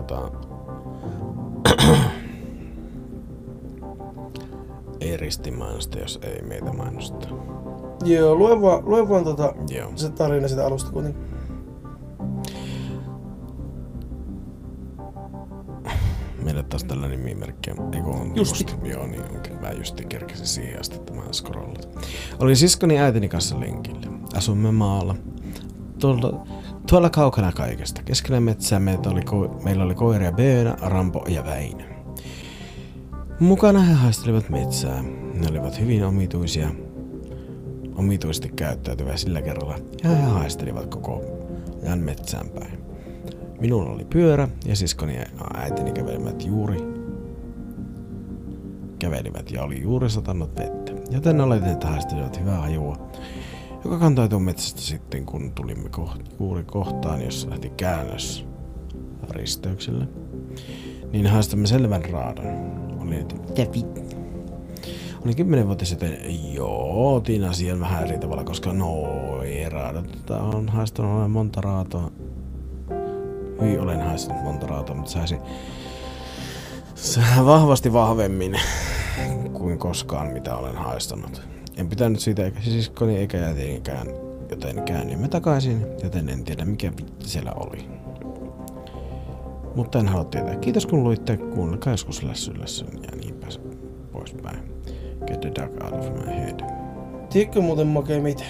ei ristimainosta, jos ei meitä mainosta. Joo, lue vaan Joo. se tarina sitä alusta kuitenkin. Meille taas tällä nimimerkki on Justi. Joo, niin onkin. Mä justi kerkesin siihen asti, että mä scrollata. Olin siskoni äitini kanssa lenkillä. Asumme maalla. Tuolla kaukana kaikesta. Keskellä metsää meillä oli koiria Beena, Rampo ja Väinö. Mukana he haistelivat metsää. Ne olivat hyvin omituisesti käyttäytyviä sillä kerralla, ja he haistelivat koko ajan metsään päin. Minulla oli pyörä, ja siskoni ja äitini kävelivät ja oli juuri satanut vettä. Joten oletin, että haistelivat hyvää hajua, joka kantautui metsästä sitten, kun tulimme juuri kohtaan, jossa lähti käännös risteykselle. Niin haistamme selvän raadan. Oli, että mitä vittu. Olin 10-vuotias, joten joo, otin asian vähän eri tavalla, koska on haistanut monta raatoa. Hyvin olen haistanut monta raatoa, mutta saisin vahvasti vahvemmin kuin koskaan mitä olen haistanut. En pitänyt siitä eikä siskoni eikä jätinkään, joten käännimme takaisin, joten en tiedä mikä pitti siellä oli. Mutta en halua tietää. Kiitos kun luitte, kuunnelkaa joskus lässyn ja niin poispäin. Get the duck out of my head. Tiedätkö muuten Make mitä?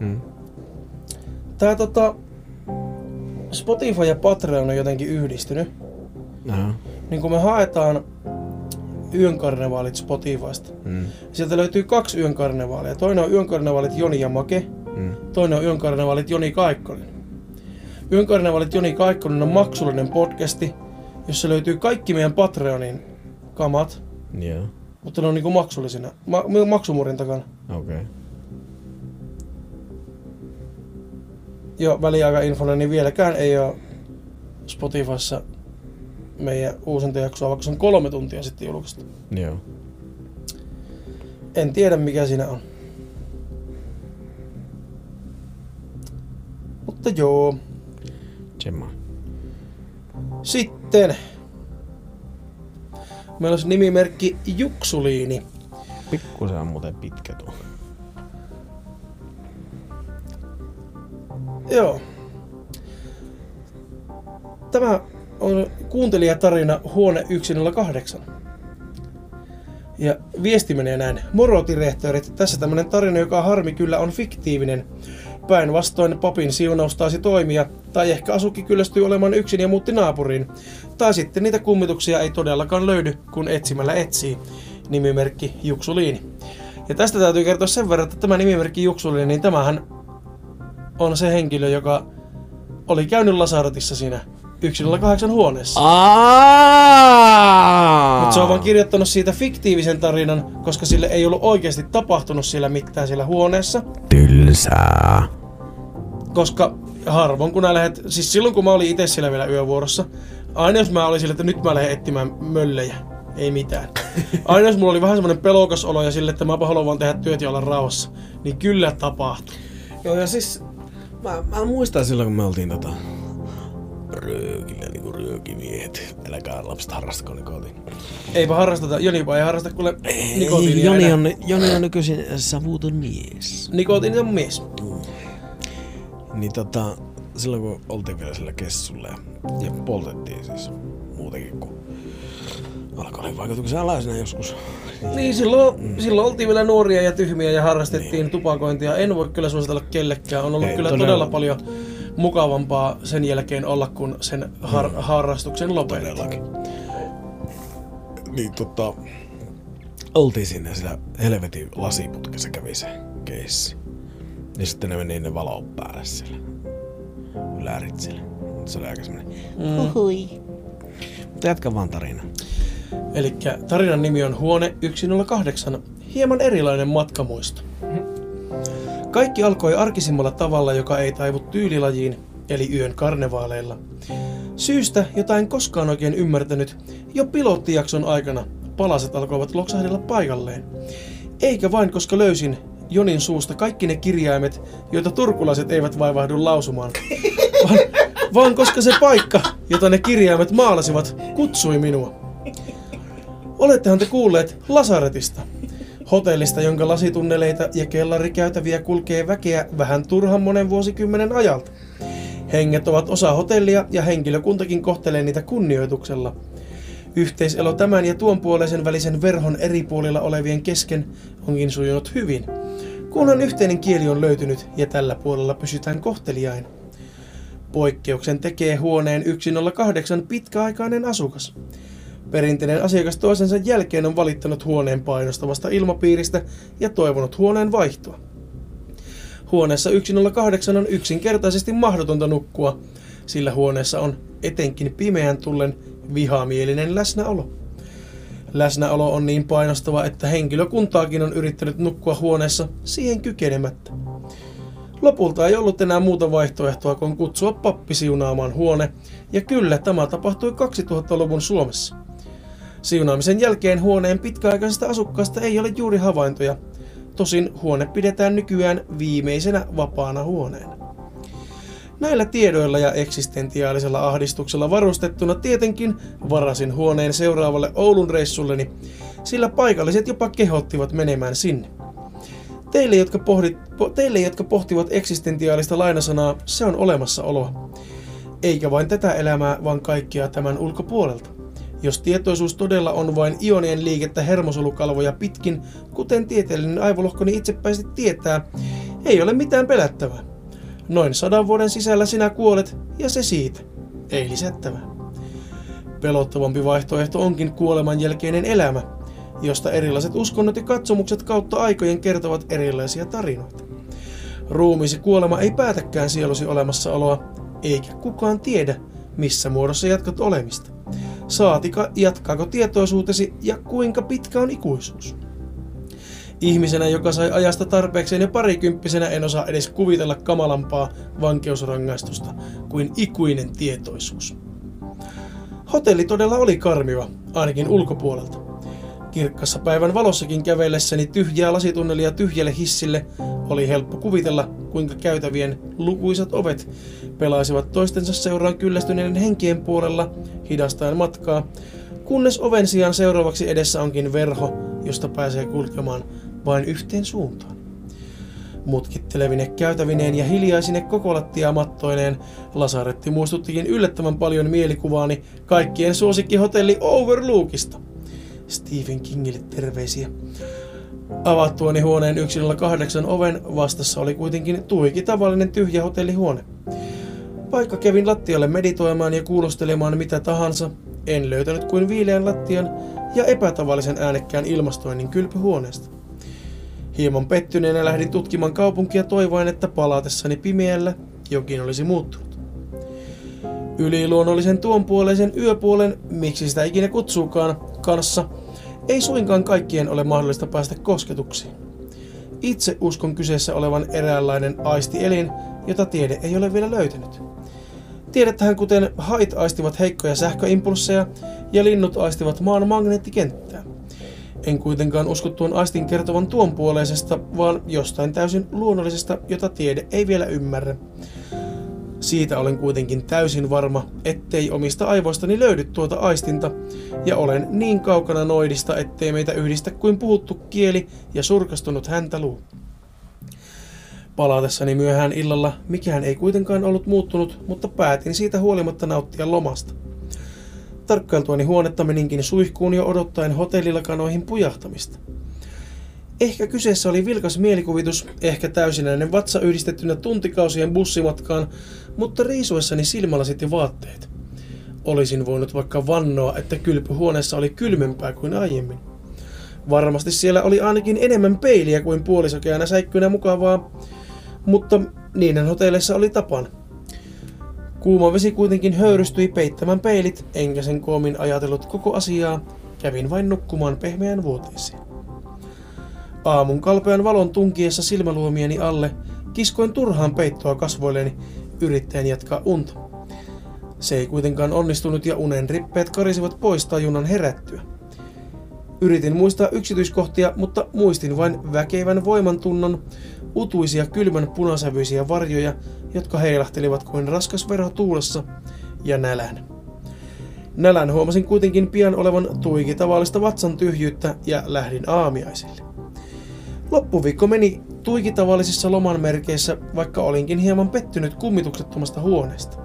Tää Spotify ja Patreon on jotenkin yhdistynyt. Aha. Niin kun me haetaan Yön karnevaalit Spotifysta. Sieltä löytyy 2 Yön karnevaalia. Toinen on Yön karnevaalit Joni ja Make. Toinen on Yön karnevaalit Joni Kaikkonen. Yön karnevaalit Joni Kaikkonen on maksullinen podcasti, jossa löytyy kaikki meidän Patreonin kamat. Joo. Mutta ne on niinku maksullisina. Maksumuurin takana. Okei. Ja väliaikainfona, niin vieläkään ei ole Spotifyssa meidän uusinta jaksoa, vaikka se on 3 tuntia sitten julkaista. Joo. En tiedä mikä siinä on. Mutta joo. Tsemma. Sitten meillä olisi nimimerkki Juksuliini. Pikkusen on muuten pitkä tuo. Joo. Tämä on kuuntelijatarina Huone 108. Ja viesti menee näin. Moro direhtorit, tässä tämmönen tarina, joka harmi kyllä on fiktiivinen. Päinvastoin papin siunaus taisi toimia, tai ehkä Asukki kyllästyi olemaan yksin ja muutti naapuriin. Tai sitten niitä kummituksia ei todellakaan löydy, kun etsimällä etsii. Nimimerkki Juksuliini. Ja tästä täytyy kertoa sen verran, että tämä nimimerkki Juksuliini, niin tämähän on se henkilö, joka oli käynyt Lasaretissa siinä 108 huoneessa. Mutta se on vaan kirjoittanut siitä fiktiivisen tarinan, koska sille ei ollut oikeasti tapahtunut siellä mitään siellä huoneessa. Tylsää. Koska harvoin kun siis silloin kun mä olin itse siellä vielä yövuorossa, aina jos mä olin sille, että nyt mä lähden etsimään möllejä, ei mitään. Aina jos mulla oli vähän semmonen pelokas olo ja sille, että mä haluan vaan tehdä työt ja olla rauhassa, niin kyllä tapahtui. Joo, ja siis mä muistan silloin, kun me oltiin röökillä niinku röökimiehet. Älkää lapset harrastako nikotiinia. Eipä harrasteta, Jonipa ei harrasta kuule nikotiinia. Joni on nykyisin savuton mies. Nikotiini on mies. Niin silloin kun oltiin vielä sillä kessulla ja poltettiin siis muutenkin kuin alkoholin vaikutuksen alaisena joskus. Niin silloin oltiin vielä nuoria ja tyhmiä ja harrastettiin tupakointia. En voi kyllä suositella kellekään. On ollut kyllä todella paljon mukavampaa sen jälkeen olla, kun sen harrastuksen lopetti. Niin oltiin sinne sillä helvetin lasiputkessa kävi se keissi. Niin sitten ne meni ne valot päälle siellä ylärit siellä. Se oli aika semmonen hui. Mutta jatka vaan tarina. Elikkä tarinan nimi on Huone 108. Hieman erilainen matkamuisto. Kaikki alkoi arkisimmalla tavalla, joka ei taivu tyylilajiin, eli yön karnevaaleilla. Syystä, jota en koskaan oikein ymmärtänyt, jo pilottijakson aikana palaset alkoivat loksahdella paikalleen. Eikä vain koska löysin Jonin suusta kaikki ne kirjaimet, joita turkulaiset eivät vaivahdu lausumaan, vaan koska se paikka, jota ne kirjaimet maalasivat, kutsui minua. Olettehan te kuulleet Lasaretista, hotellista, jonka lasitunneleita ja kellarikäytäviä kulkee väkeä vähän turhan monen vuosikymmenen ajalta. Henget ovat osa hotellia ja henkilökuntakin kohtelee niitä kunnioituksella. Yhteiselo tämän ja tuon puoleisen välisen verhon eri puolilla olevien kesken onkin sujunut hyvin, kunhan yhteinen kieli on löytynyt ja tällä puolella pysytään kohteliain. Poikkeuksen tekee huoneen 108 pitkäaikainen asukas. Perinteinen asiakas toisensa jälkeen on valittanut huoneen painostavasta ilmapiiristä ja toivonut huoneen vaihtoa. Huoneessa 108 on yksinkertaisesti mahdotonta nukkua, sillä huoneessa on etenkin pimeän tullen vihamielinen läsnäolo. Läsnäolo on niin painostava, että henkilökuntaakin on yrittänyt nukkua huoneessa siihen kykenemättä. Lopulta ei ollut enää muuta vaihtoehtoa kuin kutsua pappi siunaamaan huone, ja kyllä tämä tapahtui 2000-luvun Suomessa. Siunaamisen jälkeen huoneen pitkäaikaisesta asukkaasta ei ole juuri havaintoja. Tosin huone pidetään nykyään viimeisenä vapaana huoneena. Näillä tiedoilla ja eksistentiaalisella ahdistuksella varustettuna tietenkin varasin huoneen seuraavalle Oulun reissulleni, sillä paikalliset jopa kehottivat menemään sinne. Teille, jotka pohtivat eksistentiaalista lainasanaa, se on olemassaoloa. Eikä vain tätä elämää, vaan kaikkea tämän ulkopuolelta. Jos tietoisuus todella on vain ionien liikettä hermosolukalvoja pitkin, kuten tieteellinen aivolohkoni itsepäisesti tietää, ei ole mitään pelättävää. Noin 100 vuoden sisällä sinä kuolet, ja se siitä. Ei lisättävää. Pelottavampi vaihtoehto onkin kuoleman jälkeinen elämä, josta erilaiset uskonnot ja katsomukset kautta aikojen kertovat erilaisia tarinoita. Ruumiisi kuolema ei päätäkään sielusi olemassaoloa, eikä kukaan tiedä, missä muodossa jatkat olemista. Saatika jatkaako tietoisuutesi ja kuinka pitkä on ikuisuus. Ihmisenä, joka sai ajasta tarpeekseen jo parikymppisenä, en osaa edes kuvitella kamalampaa vankeusrangaistusta kuin ikuinen tietoisuus. Hotelli todella oli karmiva, ainakin ulkopuolelta. Kirkkassa päivän valossakin kävellessäni tyhjää lasitunnelia tyhjälle hissille oli helppo kuvitella, kuinka käytävien lukuisat ovet pelaisivat toistensa seuraan kyllästyneiden henkien puolella hidastaen matkaa, kunnes oven sijaan seuraavaksi edessä onkin verho, josta pääsee kulkemaan vain yhteen suuntaan. Mutkittelevine käytävineen ja hiljaisine kokolattiamattoineen lasaretti muistuttikin yllättävän paljon mielikuvaani kaikkien suosikkihotelli Overlookista. Stephen Kingille terveisiä. Avattuani huoneen 108 oven vastassa oli kuitenkin tuiki tavallinen tyhjä hotellihuone. Vaikka kävin lattialle meditoimaan ja kuulostelemaan mitä tahansa, en löytänyt kuin viileän lattian ja epätavallisen äänekkään ilmastoinnin kylpyhuoneesta. Hieman pettyneenä lähdin tutkimaan kaupunkia toivoen, että palatessani pimeällä jokin olisi muuttunut. Yliluonnollisen tuonpuoleisen yöpuolen, miksi sitä ikinä kutsuukaan, kanssa ei suinkaan kaikkien ole mahdollista päästä kosketuksiin. Itse uskon kyseessä olevan eräänlainen aistielin, jota tiede ei ole vielä löytänyt. Tiedetään, kuten hait aistivat heikkoja sähköimpulsseja ja linnut aistivat maan magneettikenttää. En kuitenkaan usko tuon aistin kertovan tuonpuoleisesta, vaan jostain täysin luonnollisesta, jota tiede ei vielä ymmärrä. Siitä olen kuitenkin täysin varma, ettei omista aivoistani löydy tuota aistinta, ja olen niin kaukana noidista, ettei meitä yhdistä kuin puhuttu kieli ja surkastunut häntäluu. Palatessani myöhään illalla mikään ei kuitenkaan ollut muuttunut, mutta päätin siitä huolimatta nauttia lomasta. Tarkkailtuani huonetta meninkin suihkuun jo odottaen hotellilakanoihin pujahtamista. Ehkä kyseessä oli vilkas mielikuvitus, ehkä täysinäinen vatsa yhdistettynä tuntikausien bussimatkaan, mutta riisuessani silmälasit ja vaatteet. Olisin voinut vaikka vannoa, että kylpyhuoneessa oli kylmempää kuin aiemmin. Varmasti siellä oli ainakin enemmän peiliä kuin puolisokeana säikkynä mukavaa, mutta niiden hotelleissa oli tapana. Kuuma vesi kuitenkin höyrystyi peittämään peilit, enkä sen koomin ajatellut koko asiaa, kävin vain nukkumaan pehmeään vuoteeseen. Aamun kalpean valon tunkiessa silmäluomieni alle kiskoin turhaan peittoa kasvoilleni, yrittäen jatkaa unta. Se ei kuitenkaan onnistunut ja unen rippeet karisivat pois tajunnan herättyä. Yritin muistaa yksityiskohtia, mutta muistin vain väkevän voimantunnon, utuisia kylmän punasävyisiä varjoja, jotka heilahtelivat kuin raskas verho tuulessa, ja nälän. Nälän huomasin kuitenkin pian olevan tuiki tavallista vatsan tyhjyyttä ja lähdin aamiaisille. Loppuviikko meni tuiki tavallisissa loman merkeissä, vaikka olinkin hieman pettynyt kummituksettomasta huoneesta.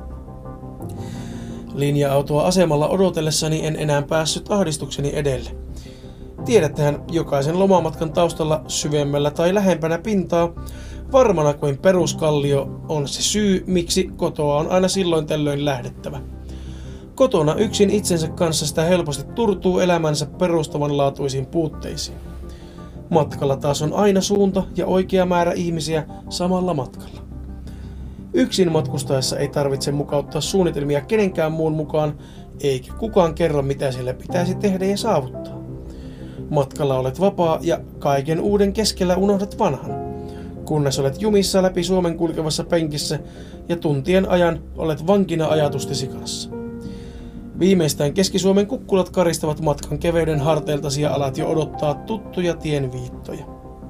Linja-autoa asemalla odotellessani en enää päässyt ahdistukseni edelle. Tiedättehän, jokaisen lomamatkan taustalla syvemmällä tai lähempänä pintaa, varmana kuin peruskallio, on se syy, miksi kotoa on aina silloin tällöin lähdettävä. Kotona yksin itsensä kanssa sitä helposti turtuu elämänsä perustavanlaatuisiin puutteisiin. Matkalla taas on aina suunta ja oikea määrä ihmisiä samalla matkalla. Yksin matkustaessa ei tarvitse mukauttaa suunnitelmia kenenkään muun mukaan, eikä kukaan kerro mitä siellä pitäisi tehdä ja saavuttaa. Matkalla olet vapaa ja kaiken uuden keskellä unohdat vanhan, kunnes olet jumissa läpi Suomen kulkevassa penkissä ja tuntien ajan olet vankina ajatustesi kanssa. Viimeistään Keski-Suomen kukkulat karistavat matkan keveyden harteiltasi ja alat jo odottaa tuttuja tienviittoja.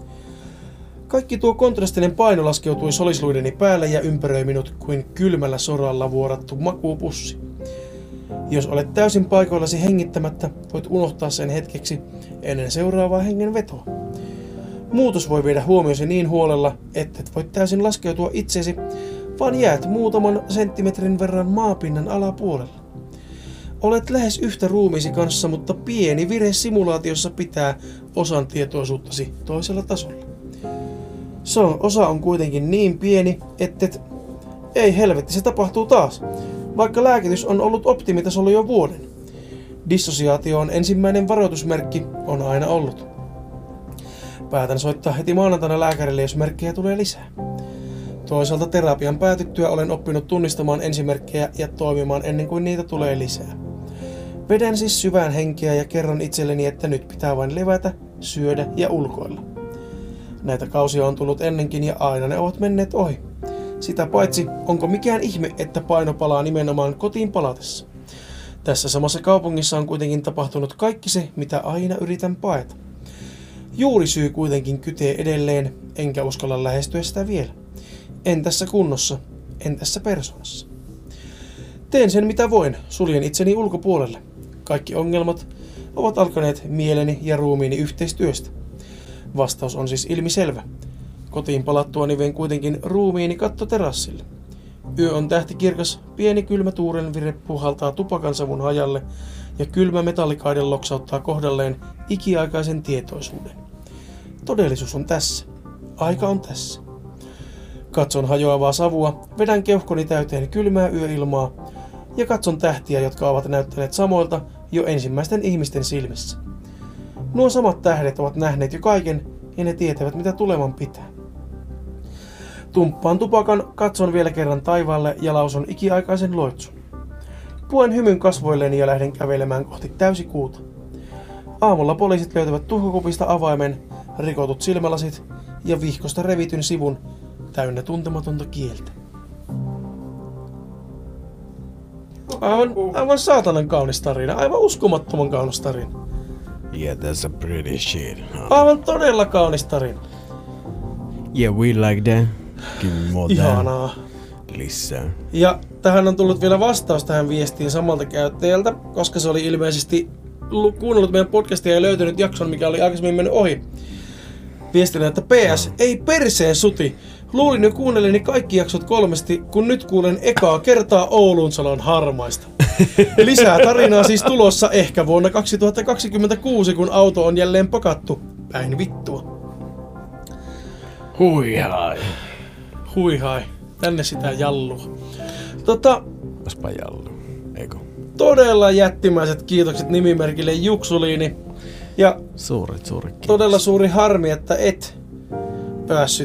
Kaikki tuo kontrastinen paino laskeutui solisluideni päälle ja ympäröi minut kuin kylmällä soralla vuorattu makuupussi. Jos olet täysin paikoillasi hengittämättä, voit unohtaa sen hetkeksi ennen seuraavaa hengenvetoa. Muutos voi viedä huomiosi niin huolella, ettet voi täysin laskeutua itsesi, vaan jäät muutaman senttimetrin verran maapinnan alapuolella. Olet lähes yhtä ruumiisi kanssa, mutta pieni vire simulaatiossa pitää osan tietoisuuttasi toisella tasolla. Osa on kuitenkin niin pieni, ettet... Ei helvetti, se tapahtuu taas. Vaikka lääkitys on ollut optimitasolla jo vuoden. Dissosiaatio on ensimmäinen varoitusmerkki, on aina ollut. Päätän soittaa heti maanantaina lääkärille, jos merkkejä tulee lisää. Toisaalta terapian päätyttyä olen oppinut tunnistamaan ensimerkkejä ja toimimaan ennen kuin niitä tulee lisää. Vedän siis syvään henkeä ja kerron itselleni, että nyt pitää vain levätä, syödä ja ulkoilla. Näitä kausia on tullut ennenkin ja aina ne ovat menneet ohi. Sitä paitsi, onko mikään ihme, että paino palaa nimenomaan kotiin palatessa. Tässä samassa kaupungissa on kuitenkin tapahtunut kaikki se, mitä aina yritän paeta. Juurisyy kuitenkin kytee edelleen, enkä uskalla lähestyä sitä vielä. En tässä kunnossa, en tässä persoonassa. Teen sen mitä voin, suljen itseni ulkopuolelle. Kaikki ongelmat ovat alkaneet mieleni ja ruumiini yhteistyöstä. Vastaus on siis ilmiselvä. Kotiin palattuani vien kuitenkin ruumiini kattoterassille. Yö on tähtikirkas, pieni kylmä tuurenvire puhaltaa tupakansavun hajalle ja kylmä metallikaide loksauttaa kohdalleen ikiaikaisen tietoisuuden. Todellisuus on tässä. Aika on tässä. Katson hajoavaa savua, vedän keuhkoni täyteen kylmää yöilmaa ja katson tähtiä, jotka ovat näyttäneet samoilta jo ensimmäisten ihmisten silmissä. Nuo samat tähdet ovat nähneet jo kaiken ja ne tietävät mitä tuleman pitää. Tumppaan tupakan, katson vielä kerran taivaalle ja lausun ikiaikaisen loitsun. Puen hymyn kasvoilleni ja lähden kävelemään kohti täysikuuta. Aamulla poliisit löytävät tuhkakupista avaimen, rikotut silmälasit ja vihkosta revityn sivun täynnä tuntematonta kieltä. Aivan saatanan kaunis tarina, aivan uskomattoman kaunis tarina. Yeah, that's a pretty shit. Aivan todella kaunis tarina. Yeah, we like that. Give me more Ihanaa. Lisää. Ja tähän on tullut vielä vastaus tähän viestiin samalta käyttäjältä, koska se oli ilmeisesti kuunnellut meidän podcastia ja löytänyt jakson, mikä oli aikaisemmin mennyt ohi. Viestinä, että PS, ei perseen suti. Luulin jo kuunnelleni kaikki jaksot 3, kun nyt kuulen ekaa kertaa Oulun salon harmaista. Lisää tarinaa siis tulossa ehkä vuonna 2026, kun auto on jälleen pakattu. Päin vittua. Huihai. Huihai. Tänne sitä jallua. Ospa jallu. Eikö? Todella jättimäiset kiitokset nimimerkille Juksuliini. Ja Suuri kiitos. todella suuri harmi, että et päässyt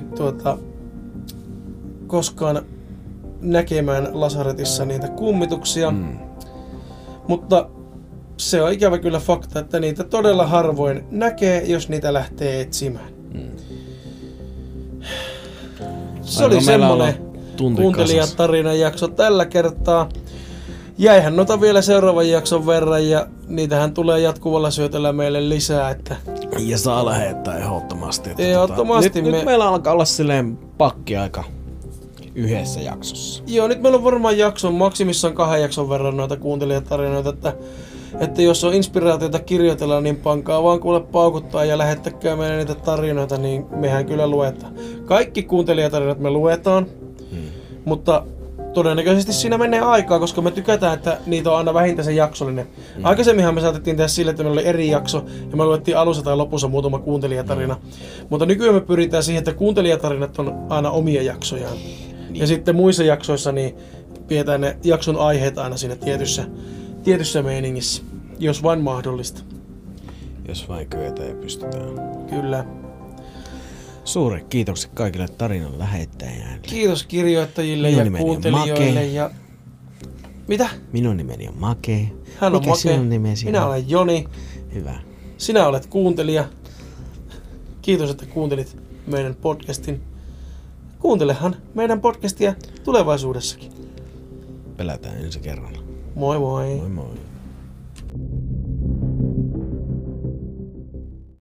koskaan näkemään lasaretissa niitä kummituksia. Mutta se on ikävä kyllä fakta, että niitä todella harvoin näkee, jos niitä lähtee etsimään. Se oli semmonen kuuntelijatarinan jakso tällä kertaa. Jäihän noita vielä seuraavan jakson verran ja niitähän tulee jatkuvalla syötöllä meille lisää. Että ja saa lähettää ehdottomasti. Ehdottomasti. Nyt meillä alkaa olla silleen pakkiaika yhdessä jaksossa. Joo, nyt meillä on varmaan maksimissaan 2 jakson verran noita kuuntelijatarinoita, että jos on inspiraatiota kirjoitella, niin pankaa vaan kuule paukuttaa ja lähettäkää meille niitä tarinoita, niin mehän kyllä luetaan. Kaikki kuuntelijatarinat me luetaan, mutta todennäköisesti siinä menee aikaa, koska me tykätään, että niitä on aina vähintään se jaksollinen. Aikaisemminhan me saatettiin tehdä sille, että meillä oli eri jakso ja me luettiin alussa tai lopussa muutama kuuntelijatarina. Mutta nykyään me pyritään siihen, että kuuntelijatarinat on aina omia jaksojaan. Ja sitten muissa jaksoissa niin pidetään ne jakson aiheet aina siinä tietyssä meiningissä, jos vain mahdollista. Jos vain kyetään ja pystytään. Kyllä. Suuret kiitokset kaikille tarinan lähettäjille. Kiitos kirjoittajille ja kuuntelijoille. Ja mitä? Minun nimeni on Make. Hän on Mikä Make. sinun nimesi Minä on? olen Joni. Hyvä. Sinä olet kuuntelija. Kiitos, että kuuntelit meidän podcastin. Kuuntelehan meidän podcastia tulevaisuudessakin. Pelätään ensi kerralla. Moi moi. Moi moi.